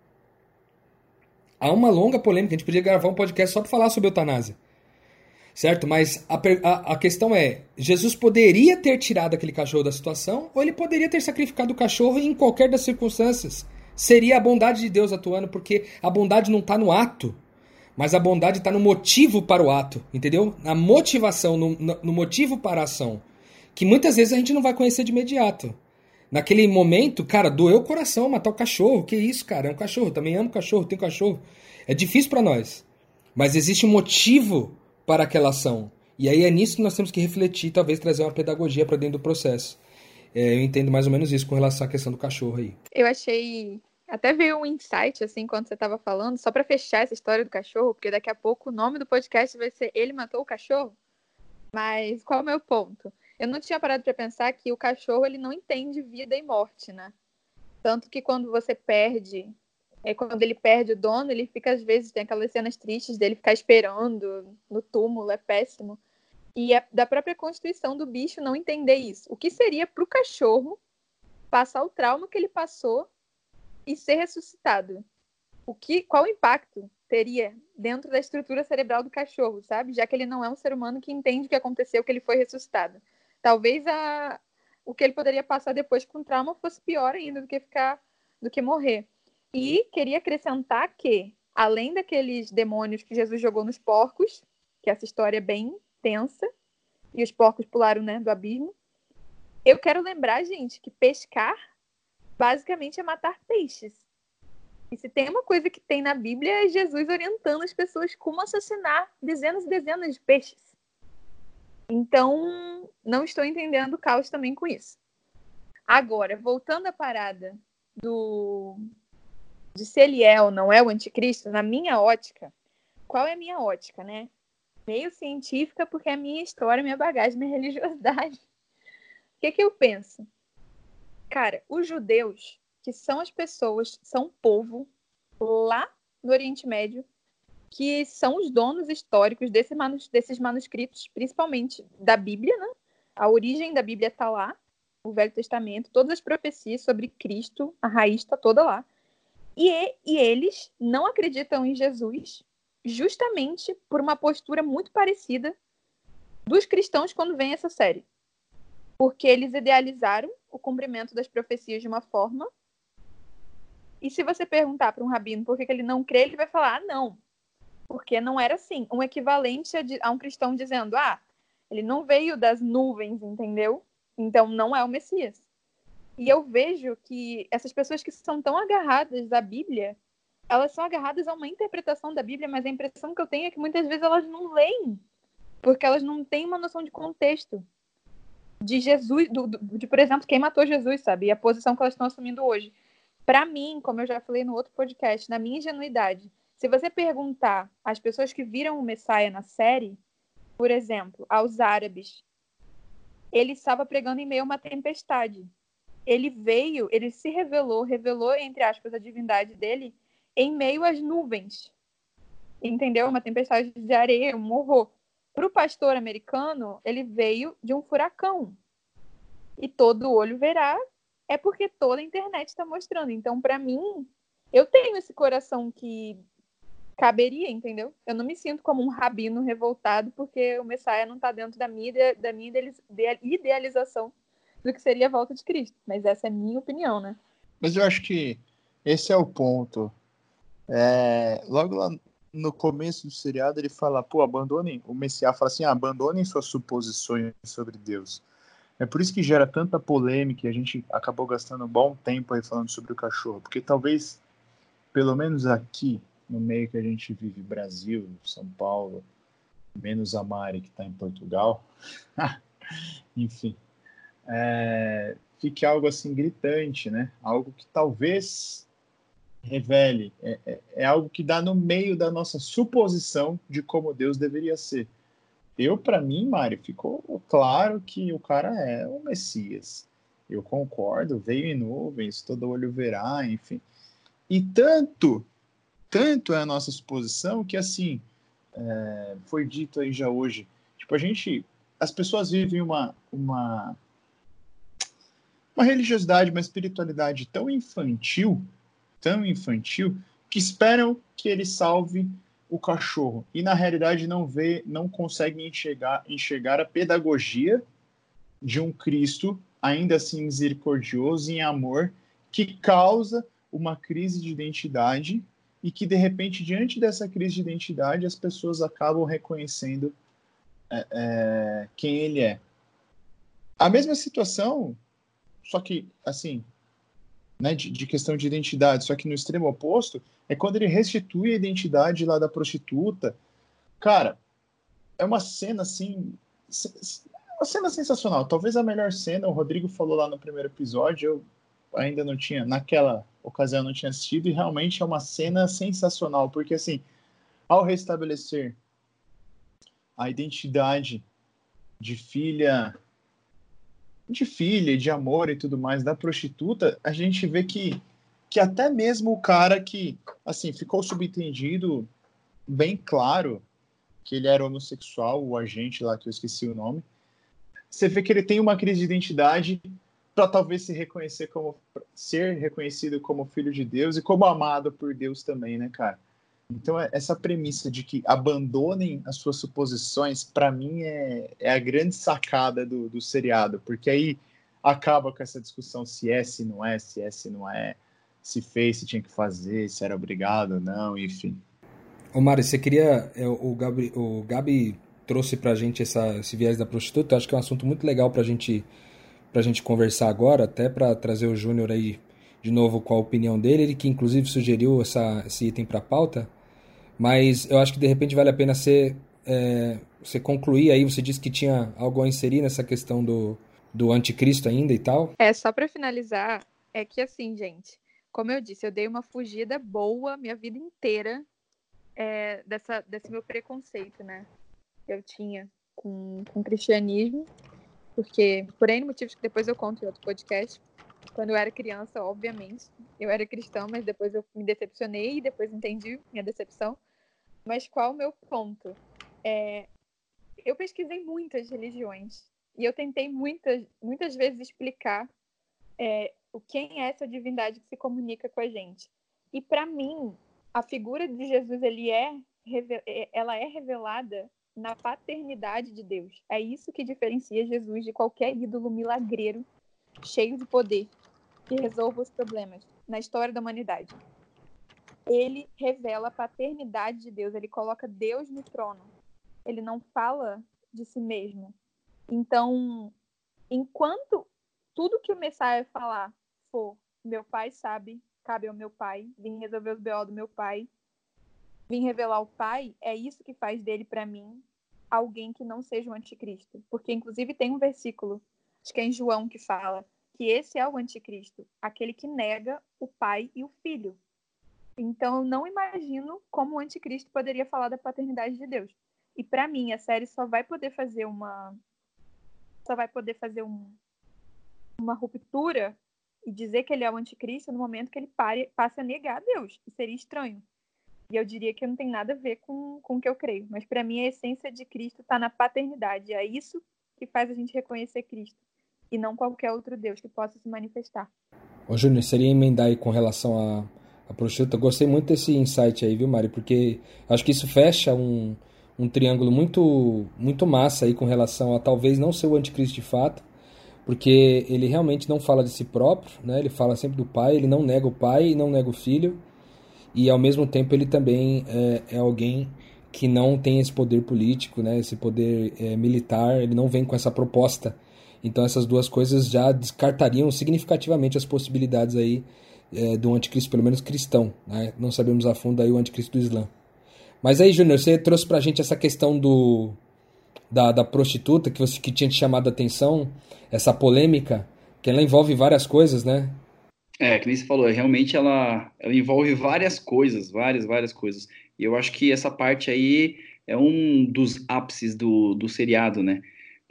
Há uma longa polêmica, a gente podia gravar um podcast só para falar sobre eutanásia. Certo? Mas a, a, a questão é, Jesus poderia ter tirado aquele cachorro da situação ou ele poderia ter sacrificado o cachorro em qualquer das circunstâncias. Seria a bondade de Deus atuando, porque a bondade não está no ato, mas a bondade está no motivo para o ato, entendeu? Na motivação, no, no motivo para a ação, que muitas vezes a gente não vai conhecer de imediato. Naquele momento, cara, doeu o coração matar o cachorro. Que isso, cara? É um cachorro, também amo cachorro, tenho cachorro. É difícil para nós, mas existe um motivo para aquela ação. E aí é nisso que nós temos que refletir, talvez trazer uma pedagogia para dentro do processo. É, eu entendo mais ou menos isso com relação à questão do cachorro aí. Eu achei... Até veio um insight, assim, quando você estava falando, só para fechar essa história do cachorro, porque daqui a pouco o nome do podcast vai ser Ele Matou o Cachorro. Mas qual é o meu ponto? Eu não tinha parado para pensar que o cachorro, ele não entende vida e morte, né? Tanto que quando você perde, é, quando ele perde o dono, ele fica, às vezes, tem aquelas cenas tristes dele ficar esperando no túmulo, é péssimo. E é da própria constituição do bicho não entender isso. O que seria para o cachorro passar o trauma que ele passou e ser ressuscitado? O que, qual o impacto teria dentro da estrutura cerebral do cachorro, sabe? Já que ele não é um ser humano que entende o que aconteceu, que ele foi ressuscitado. Talvez a, o que ele poderia passar depois com trauma fosse pior ainda do que ficar, do que morrer. E queria acrescentar que, além daqueles demônios que Jesus jogou nos porcos, que essa história é bem tensa, e os porcos pularam, né, do abismo, eu quero lembrar, gente, que pescar basicamente é matar peixes. E se tem uma coisa que tem na Bíblia, é Jesus orientando as pessoas como assassinar dezenas e dezenas de peixes. Então, não estou entendendo o caos também com isso. Agora, voltando à parada do... de se ele é ou não é o anticristo, na minha ótica, qual é a minha ótica, né? Meio científica, porque é a minha história, minha bagagem, minha religiosidade. O que que eu penso? Cara, os judeus, que são as pessoas, são um povo lá no Oriente Médio, que são os donos históricos desse manus, desses manuscritos, principalmente da Bíblia, né? A origem da Bíblia está lá, o Velho Testamento, todas as profecias sobre Cristo, a raiz está toda lá. E, e eles não acreditam em Jesus justamente por uma postura muito parecida dos cristãos quando vem essa série. Porque eles idealizaram o cumprimento das profecias de uma forma. E se você perguntar para um rabino por que ele não crê, ele vai falar, ah, não. Porque não era assim. Um equivalente a, a um cristão dizendo, ah, ele não veio das nuvens, entendeu? Então não é o Messias. E eu vejo que essas pessoas que são tão agarradas à Bíblia, elas são agarradas a uma interpretação da Bíblia, mas a impressão que eu tenho é que muitas vezes elas não leem, porque elas não têm uma noção de contexto. De Jesus, do, do, de, por exemplo, quem matou Jesus, sabe? E a posição que elas estão assumindo hoje. Para mim, como eu já falei no outro podcast, na minha ingenuidade, se você perguntar às pessoas que viram o Messias na série, por exemplo, aos árabes, ele estava pregando em meio a uma tempestade. Ele veio, ele se revelou, revelou, entre aspas, a divindade dele em meio às nuvens. Entendeu? Uma tempestade de areia, um horror. Para o pastor americano, ele veio de um furacão. E todo olho verá, é porque toda a internet está mostrando. Então, para mim, eu tenho esse coração que caberia, entendeu? Eu não me sinto como um rabino revoltado porque o Messias não está dentro da minha, da minha idealização do que seria a volta de Cristo. Mas essa é a minha opinião, né? Mas eu acho que esse é o ponto. É, logo lá no começo do seriado ele fala, pô, abandonem, o Messias fala assim, ah, abandonem suas suposições sobre Deus. É por isso que gera tanta polêmica e a gente acabou gastando um bom tempo aí falando sobre o cachorro, porque talvez, pelo menos aqui, no meio que a gente vive, Brasil, São Paulo, menos a Mari que está em Portugal, enfim, é, fique algo assim gritante, né? Algo que talvez revele, é, é, é algo que dá no meio da nossa suposição de como Deus deveria ser. Eu, para mim, Mário, ficou claro que o cara é o Messias. Eu concordo, veio em nuvens, todo olho verá, enfim. E tanto, tanto é a nossa suposição que, assim, é, foi dito aí já hoje, tipo, a gente, as pessoas vivem uma, uma, uma religiosidade, uma espiritualidade tão infantil, tão infantil, que esperam que ele salve o cachorro. E, na realidade, não vê, não conseguem enxergar, enxergar a pedagogia de um Cristo, ainda assim misericordioso, em amor, que causa uma crise de identidade e que, de repente, diante dessa crise de identidade, as pessoas acabam reconhecendo é, é, quem ele é. A mesma situação, só que, assim... Né, de, de questão de identidade, só que no extremo oposto, é quando ele restitui a identidade lá da prostituta. Cara, é uma cena, assim, uma cena sensacional. Talvez a melhor cena, o Rodrigo falou lá no primeiro episódio, eu ainda não tinha, naquela ocasião não tinha assistido, e realmente é uma cena sensacional, porque, assim, ao restabelecer a identidade de filha, de filha, de amor e tudo mais da prostituta, a gente vê que, que até mesmo o cara que, assim, ficou subentendido, bem claro, que ele era homossexual, o agente lá, que eu esqueci o nome, você vê que ele tem uma crise de identidade para talvez se reconhecer como, ser reconhecido como filho de Deus e como amado por Deus também, né, cara? Então, essa premissa de que abandonem as suas suposições, para mim, é, é a grande sacada do, do seriado, porque aí acaba com essa discussão se é, se não é, se é, se não é, se fez, se tinha que fazer, se era obrigado ou não, enfim. Ô Mário, você queria... O Gabi, o Gabi trouxe pra gente essa, esse viés da prostituta, eu acho que é um assunto muito legal pra gente, pra gente conversar agora, até pra trazer o Júnior aí de novo com a opinião dele, ele que inclusive sugeriu essa, esse item pra pauta. Mas eu acho que de repente vale a pena você, é, você concluir aí, você disse que tinha algo a inserir nessa questão do, do anticristo ainda e tal. É, só para finalizar, é que assim, gente, como eu disse, eu dei uma fugida boa minha vida inteira é, dessa, desse meu preconceito, né, que eu tinha com, com o cristianismo, porque, por N motivos que depois eu conto em outro podcast, quando eu era criança, obviamente, eu era cristã, mas depois eu me decepcionei e depois entendi minha decepção. Mas qual o meu ponto? É, eu pesquisei muitas religiões e eu tentei muitas, muitas vezes explicar é, o quem é essa divindade que se comunica com a gente. E para mim, a figura de Jesus, ele é, ela é revelada na paternidade de Deus. É isso que diferencia Jesus de qualquer ídolo milagreiro, cheio de poder, que resolva os problemas na história da humanidade. Ele revela a paternidade de Deus, ele coloca Deus no trono. Ele não fala de si mesmo. Então, enquanto tudo que o Messias falar for meu pai sabe, cabe ao meu pai, vim resolver os B O do meu pai, vim revelar o pai, é isso que faz dele, para mim, alguém que não seja o anticristo. Porque, inclusive, tem um versículo, acho que é em João, que fala que esse é o anticristo, aquele que nega o pai e o filho. Então, eu não imagino como o anticristo poderia falar da paternidade de Deus. E, para mim, a série só vai poder fazer uma... Só vai poder fazer um... uma ruptura e dizer que ele é o anticristo no momento que ele pare... passe a negar a Deus. E seria estranho. E eu diria que não tem nada a ver com, com o que eu creio. Mas, para mim, a essência de Cristo está na paternidade. É isso que faz a gente reconhecer Cristo. E não qualquer outro Deus que possa se manifestar. Ô, Júnior, seria emendar aí com relação a, a prostituta? Eu gostei muito desse insight aí, viu, Mari? Porque acho que isso fecha um, um triângulo muito, muito massa aí com relação a talvez não ser o anticristo de fato, porque ele realmente não fala de si próprio, né? Ele fala sempre do pai, ele não nega o pai e não nega o filho, e ao mesmo tempo ele também é, é alguém que não tem esse poder político, né? Esse poder é, militar, ele não vem com essa proposta. Então essas duas coisas já descartariam significativamente as possibilidades aí é, do anticristo, pelo menos cristão, né? Não sabemos a fundo aí o anticristo do Islã. Mas aí, Júnior, você trouxe pra gente essa questão do, da, da prostituta que, você, que tinha te chamado a atenção, essa polêmica, que ela envolve várias coisas, né? É, que nem você falou, realmente ela, ela envolve várias coisas, várias, várias coisas. E eu acho que essa parte aí é um dos ápices do, do seriado, né?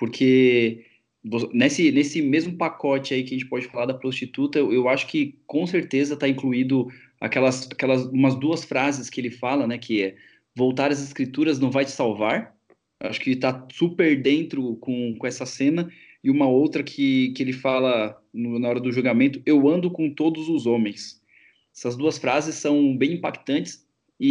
Porque nesse, nesse mesmo pacote aí que a gente pode falar da prostituta, eu, eu acho que com certeza está incluído aquelas, aquelas umas duas frases que ele fala, né? Que é voltar às escrituras não vai te salvar. Eu acho que está super dentro com, com essa cena. E uma outra que, que ele fala no, na hora do julgamento, eu ando com todos os homens. Essas duas frases são bem impactantes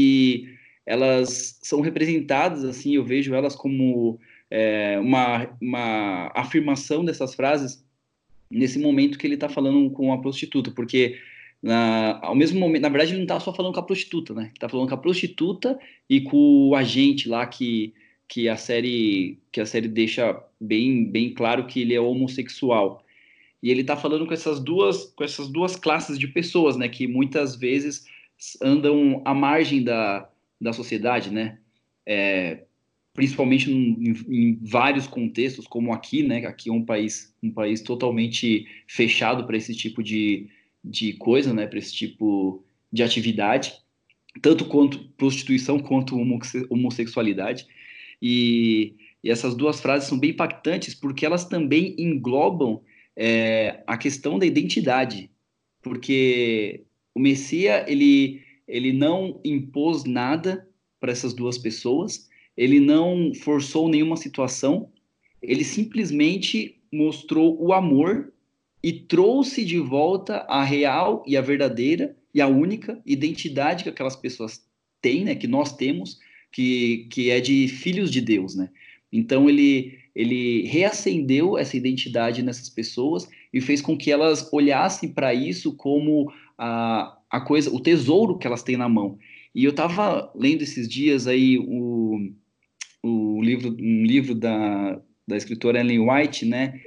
e elas são representadas, assim, eu vejo elas como é, uma, uma afirmação dessas frases nesse momento que ele está falando com a prostituta, porque na, ao mesmo momento, na verdade ele não está só falando com a prostituta, né? Ele está falando com a prostituta e com o agente lá que, que, a, série, que a série deixa bem, bem claro que ele é homossexual. E ele está falando com essas duas, com essas duas classes de pessoas, né? Que muitas vezes andam à margem da, da sociedade, né? É, principalmente em, em vários contextos, como aqui, né? Aqui é um país, um país totalmente fechado para esse tipo de, de coisa, né? Para esse tipo de atividade, tanto quanto prostituição quanto homossexualidade. E, e essas duas frases são bem impactantes porque elas também englobam é, a questão da identidade, porque o Messias, ele, ele não impôs nada para essas duas pessoas, ele não forçou nenhuma situação, ele simplesmente mostrou o amor e trouxe de volta a real e a verdadeira e a única identidade que aquelas pessoas têm, né, que nós temos, que, que é de filhos de Deus, né? Então ele, ele reacendeu essa identidade nessas pessoas e fez com que elas olhassem para isso como a, a coisa, o tesouro que elas têm na mão. E eu estava lendo esses dias aí o, o livro, um livro da, da escritora Ellen White, né?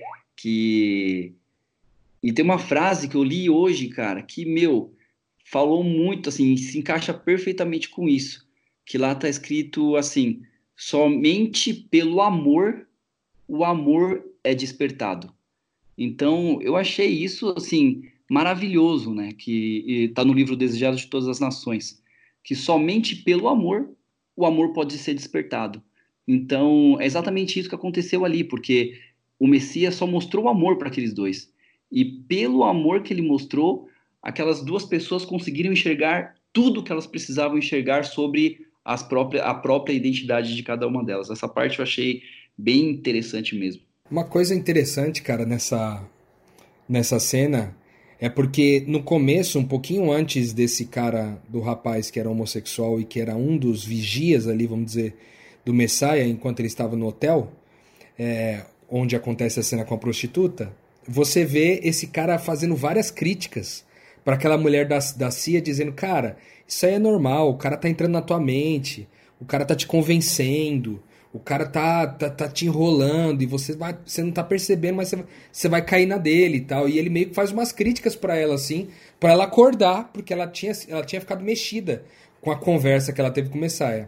Que, e tem uma frase que eu li hoje, cara, que, meu, falou muito, assim, se encaixa perfeitamente com isso. Que lá está escrito assim: somente pelo amor o amor é despertado. Então, eu achei isso, assim, maravilhoso, né? Que está no livro Desejado de Todas as Nações. Que somente pelo amor o amor pode ser despertado. Então, é exatamente isso que aconteceu ali, porque o Messias só mostrou o amor para aqueles dois. E pelo amor que ele mostrou, aquelas duas pessoas conseguiram enxergar tudo que elas precisavam enxergar sobre as próprias, a própria identidade de cada uma delas. Essa parte eu achei bem interessante mesmo. Uma coisa interessante, cara, nessa, nessa cena é porque no começo, um pouquinho antes desse cara, do rapaz que era homossexual e que era um dos vigias ali, vamos dizer, do Messias, enquanto ele estava no hotel, é, onde acontece a cena com a prostituta, você vê esse cara fazendo várias críticas para aquela mulher da, da C I A, dizendo, cara, isso aí é normal, o cara tá entrando na tua mente, o cara tá te convencendo, o cara tá, tá, tá te enrolando e você, vai, você não tá percebendo, mas você, você vai cair na dele e tal. E ele meio que faz umas críticas pra ela, assim, pra ela acordar, porque ela tinha, ela tinha ficado mexida com a conversa que ela teve com o Messias.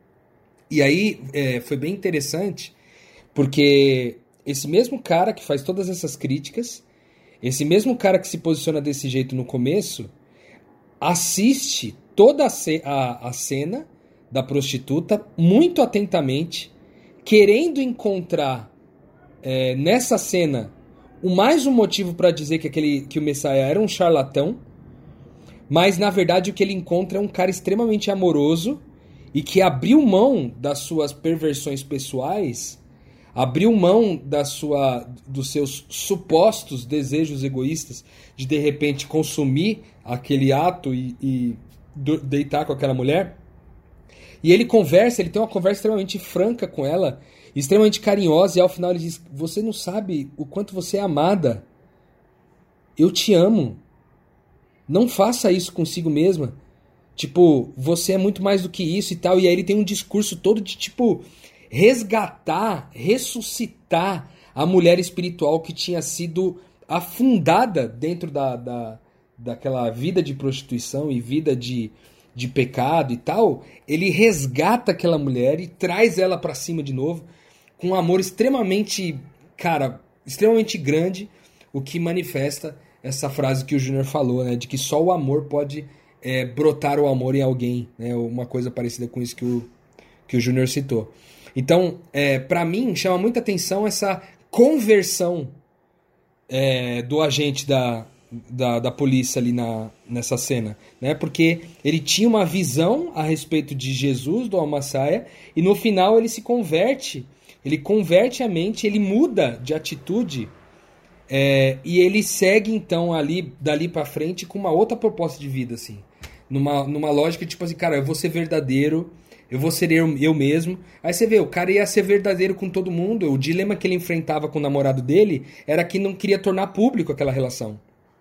E aí é, foi bem interessante, porque esse mesmo cara que faz todas essas críticas, esse mesmo cara que se posiciona desse jeito no começo, assiste toda a, ce- a, a cena da prostituta muito atentamente, querendo encontrar é, nessa cena o mais um motivo para dizer que, aquele, que o Messias era um charlatão, mas na verdade o que ele encontra é um cara extremamente amoroso e que abriu mão das suas perversões pessoais, abriu mão da sua, dos seus supostos desejos egoístas de de repente consumir aquele ato e, e do, deitar com aquela mulher. E ele conversa, ele tem uma conversa extremamente franca com ela, extremamente carinhosa, e ao final ele diz, você não sabe o quanto você é amada. Eu te amo. Não faça isso consigo mesma. Tipo, você é muito mais do que isso e tal. E aí ele tem um discurso todo de, tipo, resgatar, ressuscitar a mulher espiritual que tinha sido afundada dentro da, da, daquela vida de prostituição e vida de, de pecado e tal. Ele resgata aquela mulher e traz ela pra cima de novo com um amor extremamente, cara, extremamente grande, o que manifesta essa frase que o Júnior falou, né, de que só o amor pode é, brotar o amor em alguém, né, uma coisa parecida com isso que o, que o Júnior citou. Então, é, para mim, chama muita atenção essa conversão é, do agente da, da, da polícia ali na, nessa cena, né? Porque ele tinha uma visão a respeito de Jesus, do Al-Massaia, e no final ele se converte, ele converte a mente, ele muda de atitude, é, e ele segue então ali, dali para frente com uma outra proposta de vida, assim, numa, numa lógica tipo assim, cara, eu vou ser verdadeiro, eu vou ser eu, eu mesmo. Aí você vê, o cara ia ser verdadeiro com todo mundo. O dilema que ele enfrentava com o namorado dele era que não queria tornar público aquela relação.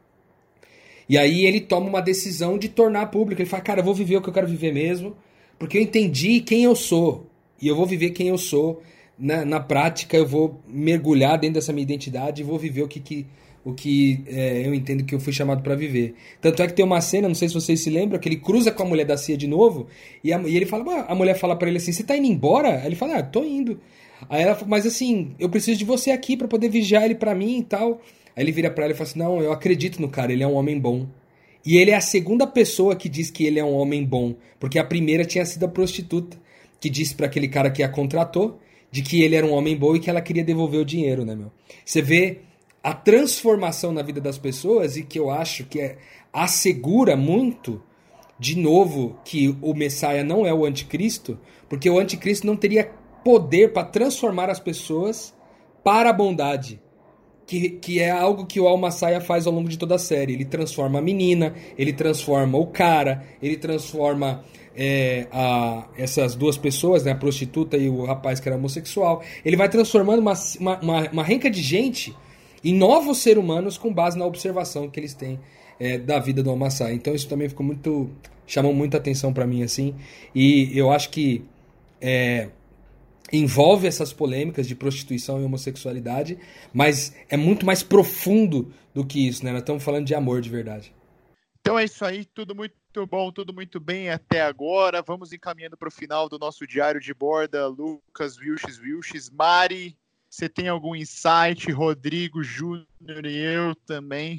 E aí ele toma uma decisão de tornar público. Ele fala, cara, eu vou viver o que eu quero viver mesmo, porque eu entendi quem eu sou. E eu vou viver quem eu sou. Na, na prática, eu vou mergulhar dentro dessa minha identidade e vou viver o que, que, o que é, eu entendo que eu fui chamado para viver. Tanto é que tem uma cena, não sei se vocês se lembram, que ele cruza com a mulher da Cia de novo, e, a, e ele fala, a mulher fala para ele assim, você tá indo embora? Aí ele fala, ah, tô indo. Aí ela fala, mas assim, eu preciso de você aqui para poder vigiar ele para mim e tal. Aí ele vira para ela e fala assim, não, eu acredito no cara, ele é um homem bom. E ele é a segunda pessoa que diz que ele é um homem bom, porque a primeira tinha sido a prostituta, que disse para aquele cara que a contratou, de que ele era um homem bom e que ela queria devolver o dinheiro, né, meu? Você vê a transformação na vida das pessoas e que eu acho que é, assegura muito, de novo, que o Messias não é o anticristo, porque o anticristo não teria poder para transformar as pessoas para a bondade, que, que é algo que o Al-Masaya faz ao longo de toda a série. Ele transforma a menina, ele transforma o cara, ele transforma é, a, essas duas pessoas, né, a prostituta e o rapaz que era homossexual. Ele vai transformando uma, uma, uma, uma renca de gente em novos seres humanos com base na observação que eles têm é, da vida do Al-Masaya. Então isso também ficou muito, chamou muita atenção para mim, assim, e eu acho que é, envolve essas polêmicas de prostituição e homossexualidade, mas é muito mais profundo do que isso, né? Nós estamos falando de amor de verdade. Então é isso aí, tudo muito bom, tudo muito bem até agora. Vamos encaminhando para o final do nosso diário de borda. Lucas, Vilches, Vilches, Mari, você tem algum insight? Rodrigo, Júnior e eu também.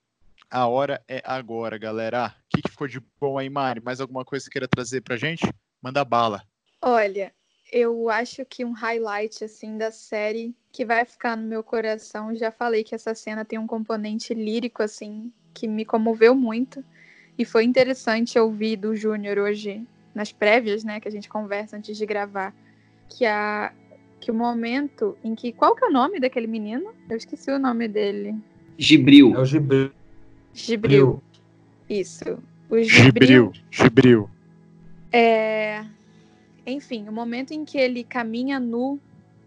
A hora é agora, galera. O que, que ficou de bom aí, Mari? Mais alguma coisa que você queira trazer pra gente? Manda bala. Olha, eu acho que um highlight assim da série que vai ficar no meu coração, já falei que essa cena tem um componente lírico assim que me comoveu muito, e foi interessante ouvir do Júnior hoje nas prévias, né, que a gente conversa antes de gravar, que a que o momento em que... Qual que é o nome daquele menino? Eu esqueci o nome dele. Gibril. É o Gibril. Gibril. Isso. O Gibril. Gibril. É... Enfim, o momento em que ele caminha nu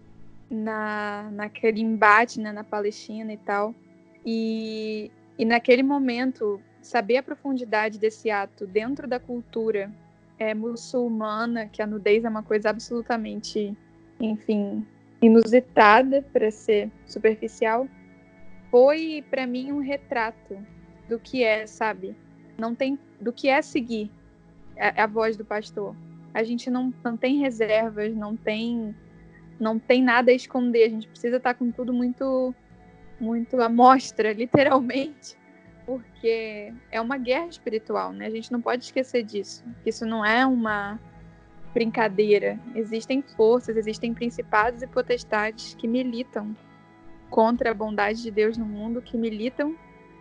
na, naquele embate, né, na Palestina e tal. E, e naquele momento, saber a profundidade desse ato dentro da cultura é, muçulmana, que a nudez é uma coisa absolutamente... enfim, inusitada para ser superficial, foi para mim um retrato do que é, sabe? Não tem, do que é seguir a, a voz do pastor. A gente não, não tem reservas, não tem, não tem nada a esconder. A gente precisa estar com tudo muito, muito à mostra, literalmente, porque é uma guerra espiritual, né? A gente não pode esquecer disso. Isso não é uma brincadeira. Existem forças, existem principados e potestades que militam contra a bondade de Deus no mundo, que militam,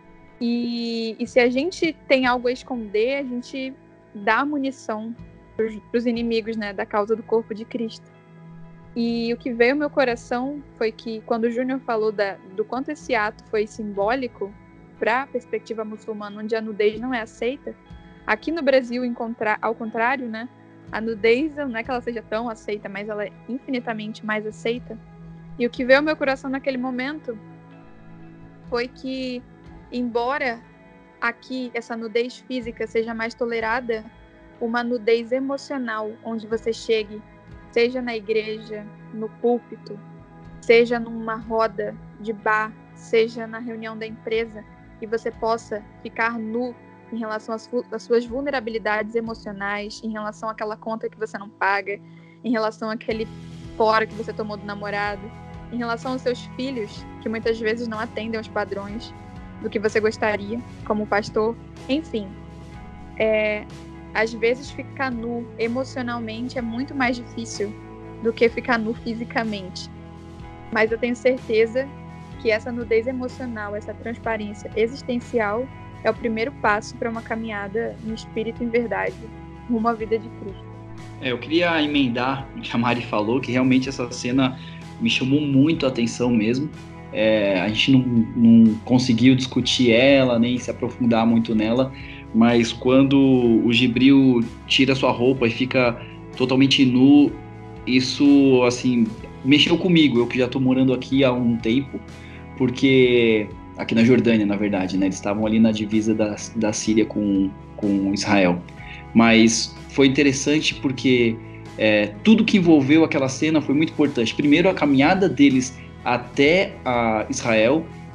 e, e se a gente tem algo a esconder, a gente dá munição para os inimigos, né, da causa do corpo de Cristo. E o que veio ao meu coração foi que quando o Júnior falou da, do quanto esse ato foi simbólico para a perspectiva muçulmana, onde a nudez não é aceita, aqui no Brasil, ao contrário, né, a nudez não é que ela seja tão aceita, mas ela é infinitamente mais aceita. E o que veio ao meu coração naquele momento foi que, embora aqui essa nudez física seja mais tolerada, uma nudez emocional, onde você chegue, seja na igreja, no púlpito, seja numa roda de bar, seja na reunião da empresa, e você possa ficar nu em relação às, às suas vulnerabilidades emocionais, em relação àquela conta que você não paga, em relação àquele fora que você tomou do namorado, em relação aos seus filhos, que muitas vezes não atendem aos padrões do que você gostaria, como pastor. Enfim, é, às vezes ficar nu emocionalmente é muito mais difícil do que ficar nu fisicamente. Mas eu tenho certeza que essa nudez emocional, essa transparência existencial é o primeiro passo para uma caminhada no espírito em verdade, rumo à vida de Cristo. É, eu queria emendar o que a Mari falou, que realmente essa cena me chamou muito a atenção mesmo. É, a gente não, não conseguiu discutir ela, nem se aprofundar muito nela, mas quando o Gibril tira sua roupa e fica totalmente nu, isso, assim, mexeu comigo, eu que já estou morando aqui há um tempo, porque... aqui na Jordânia, na verdade, né? Eles estavam ali na divisa da, da Síria com, com Israel. Mas foi interessante porque é, tudo que envolveu aquela cena foi muito importante. Primeiro, a caminhada deles até a Israel,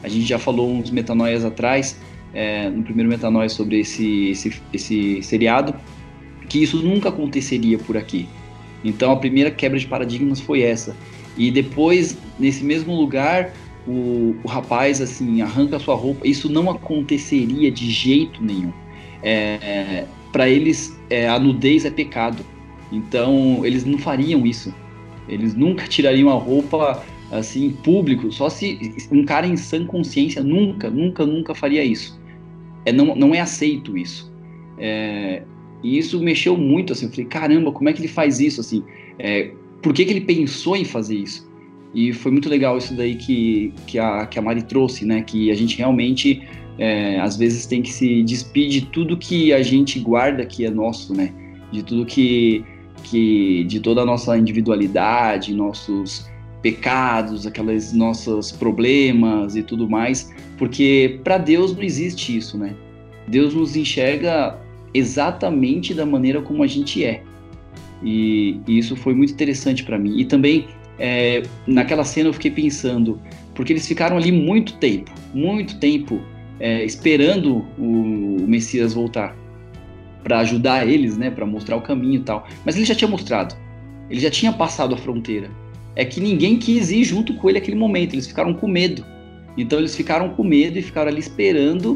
A gente já falou uns metanoias atrás, é, no primeiro metanoia sobre esse, esse, esse seriado, que isso nunca aconteceria por aqui. Então a primeira quebra de paradigmas foi essa. E depois, nesse mesmo lugar, o, o rapaz assim arranca a sua roupa. Isso não aconteceria de jeito nenhum. É, é, para eles, é, a nudez é pecado. Então eles não fariam isso. Eles nunca tirariam a roupa assim em público. Só se um cara em sã consciência nunca, nunca, nunca faria isso. É, não, não é aceito isso. É, e isso mexeu muito, assim, eu falei, caramba, como é que ele faz isso, assim, é, por que que ele pensou em fazer isso? E foi muito legal isso daí que, que, a, que a Mari trouxe, né, que a gente realmente, é, às vezes tem que se despedir de tudo que a gente guarda que é nosso, né, de tudo que, que de toda a nossa individualidade, nossos pecados, aqueles nossos problemas e tudo mais, porque para Deus não existe isso, né, Deus nos enxerga exatamente da maneira como a gente é. E, e isso foi muito interessante para mim. E também, é, naquela cena eu fiquei pensando, porque eles ficaram ali muito tempo, muito tempo é, esperando o, o Messias voltar para ajudar eles, né, para mostrar o caminho e tal. Mas ele já tinha mostrado, ele já tinha passado a fronteira. É que ninguém quis ir junto com ele naquele momento, eles ficaram com medo. Então eles ficaram com medo e ficaram ali esperando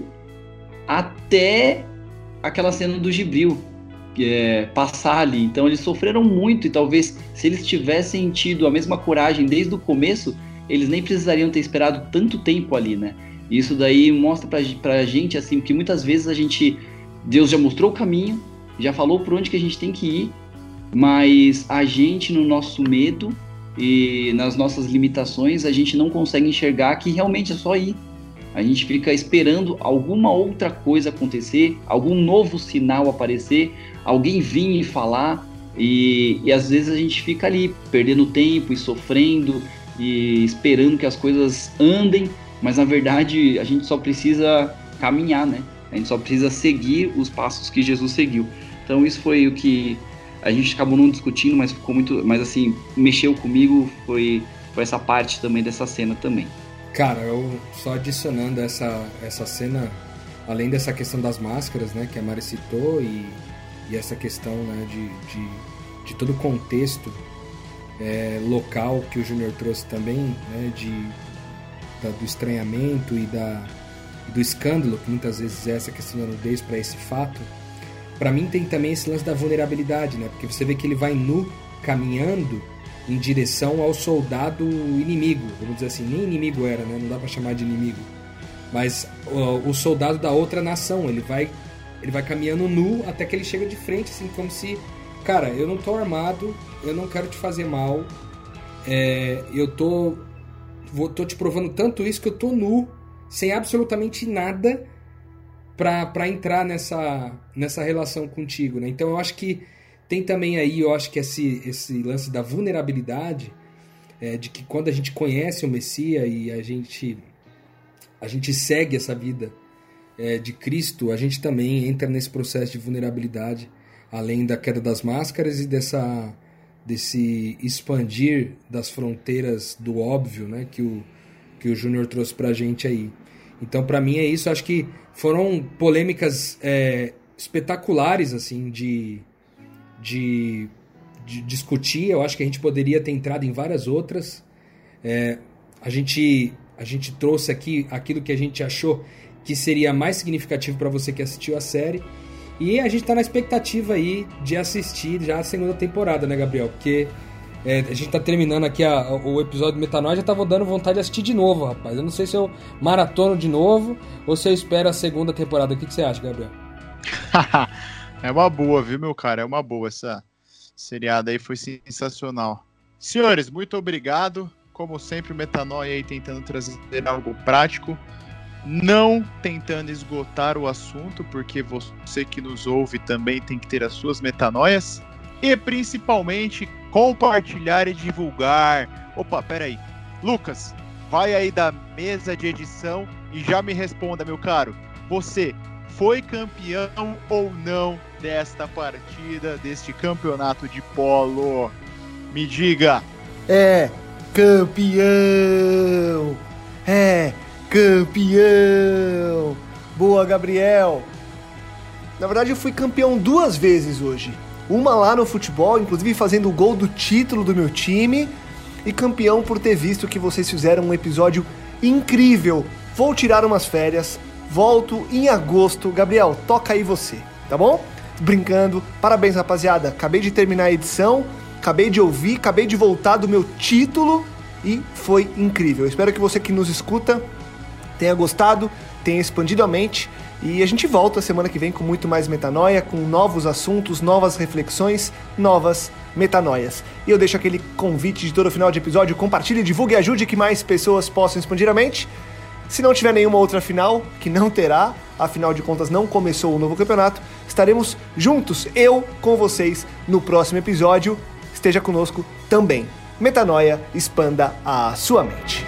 até aquela cena do Gibril é, passar ali. Então eles sofreram muito, e talvez se eles tivessem tido a mesma coragem desde o começo, eles nem precisariam ter esperado tanto tempo ali, né? E isso daí mostra pra, pra gente, assim, que muitas vezes a gente, Deus já mostrou o caminho, já falou por onde que a gente tem que ir, mas a gente, no nosso medo e nas nossas limitações, a gente não consegue enxergar que realmente é só ir. A gente fica esperando alguma outra coisa acontecer, algum novo sinal aparecer, alguém vir e falar, e, e às vezes a gente fica ali, perdendo tempo e sofrendo, e esperando que as coisas andem, mas na verdade a gente só precisa caminhar, né? A gente só precisa seguir os passos que Jesus seguiu. Então isso foi o que a gente acabou não discutindo, mas ficou muito, mas assim, mexeu comigo, foi, foi essa parte também dessa cena também. Cara, eu só adicionando essa, essa cena, além dessa questão das máscaras, né, que a Mari citou, e, e essa questão, né, de, de, de todo o contexto é, local que o Júnior trouxe também, né, de, da, do estranhamento e da, do escândalo, que muitas vezes é essa questão da nudez para esse fato, para mim tem também esse lance da vulnerabilidade, né, porque você vê que ele vai nu, caminhando em direção ao soldado inimigo, vamos dizer assim, nem inimigo era, né? Não dá pra chamar de inimigo, mas o, o soldado da outra nação, ele vai, ele vai caminhando nu até que ele chega de frente, assim, como se, cara, eu não tô armado, eu não quero te fazer mal, é, eu tô, vou, tô te provando tanto isso que eu tô nu, sem absolutamente nada pra, pra entrar nessa, nessa relação contigo, né? Então eu acho que tem também aí, eu acho que esse, esse lance da vulnerabilidade, é, de que quando a gente conhece o Messias e a gente, a gente segue essa vida é, de Cristo, a gente também entra nesse processo de vulnerabilidade, além da queda das máscaras e dessa, desse expandir das fronteiras do óbvio, né, que o, que o Júnior trouxe pra gente aí. Então, para mim é isso, acho que foram polêmicas é, espetaculares, assim, de... De, de discutir. Eu acho que a gente poderia ter entrado em várias outras. É, a, gente, a gente trouxe aqui aquilo que a gente achou que seria mais significativo para você que assistiu a série, e a gente está na expectativa aí de assistir já a segunda temporada, né, Gabriel? Porque é, a gente está terminando aqui a, o episódio do Metanoia, já estava dando vontade de assistir de novo, rapaz. Eu não sei se eu maratono de novo ou se eu espero a segunda temporada. O que, que você acha, Gabriel? É uma boa, viu, meu cara? É uma boa. Essa seriada aí foi sensacional. Senhores, muito obrigado. Como sempre, o Metanoia aí tentando trazer algo prático. Não tentando esgotar o assunto, porque você que nos ouve também tem que ter as suas metanoias. E principalmente compartilhar e divulgar. Opa, peraí. Lucas, vai aí da mesa de edição e já me responda, meu caro. Você foi campeão ou não desta partida, deste campeonato de polo? Me diga. É campeão! É campeão! Boa, Gabriel! Na verdade, eu fui campeão duas vezes hoje. Uma lá no futebol, inclusive fazendo o gol do título do meu time, e campeão por ter visto que vocês fizeram um episódio incrível. Vou tirar umas férias, volto em agosto. Gabriel, toca aí você, tá bom? Brincando. Parabéns, rapaziada. Acabei de terminar a edição, acabei de ouvir, acabei de voltar do meu título e foi incrível. Eu espero que você que nos escuta tenha gostado, tenha expandido a mente. E a gente volta semana que vem com muito mais metanoia, com novos assuntos, novas reflexões, novas metanoias. E eu deixo aquele convite de todo final de episódio: compartilhe, divulgue e ajude que mais pessoas possam expandir a mente. Se não tiver nenhuma outra final, que não terá, afinal de contas não começou o novo campeonato, estaremos juntos, eu com vocês, no próximo episódio. Esteja conosco também. Metanoia, expanda a sua mente.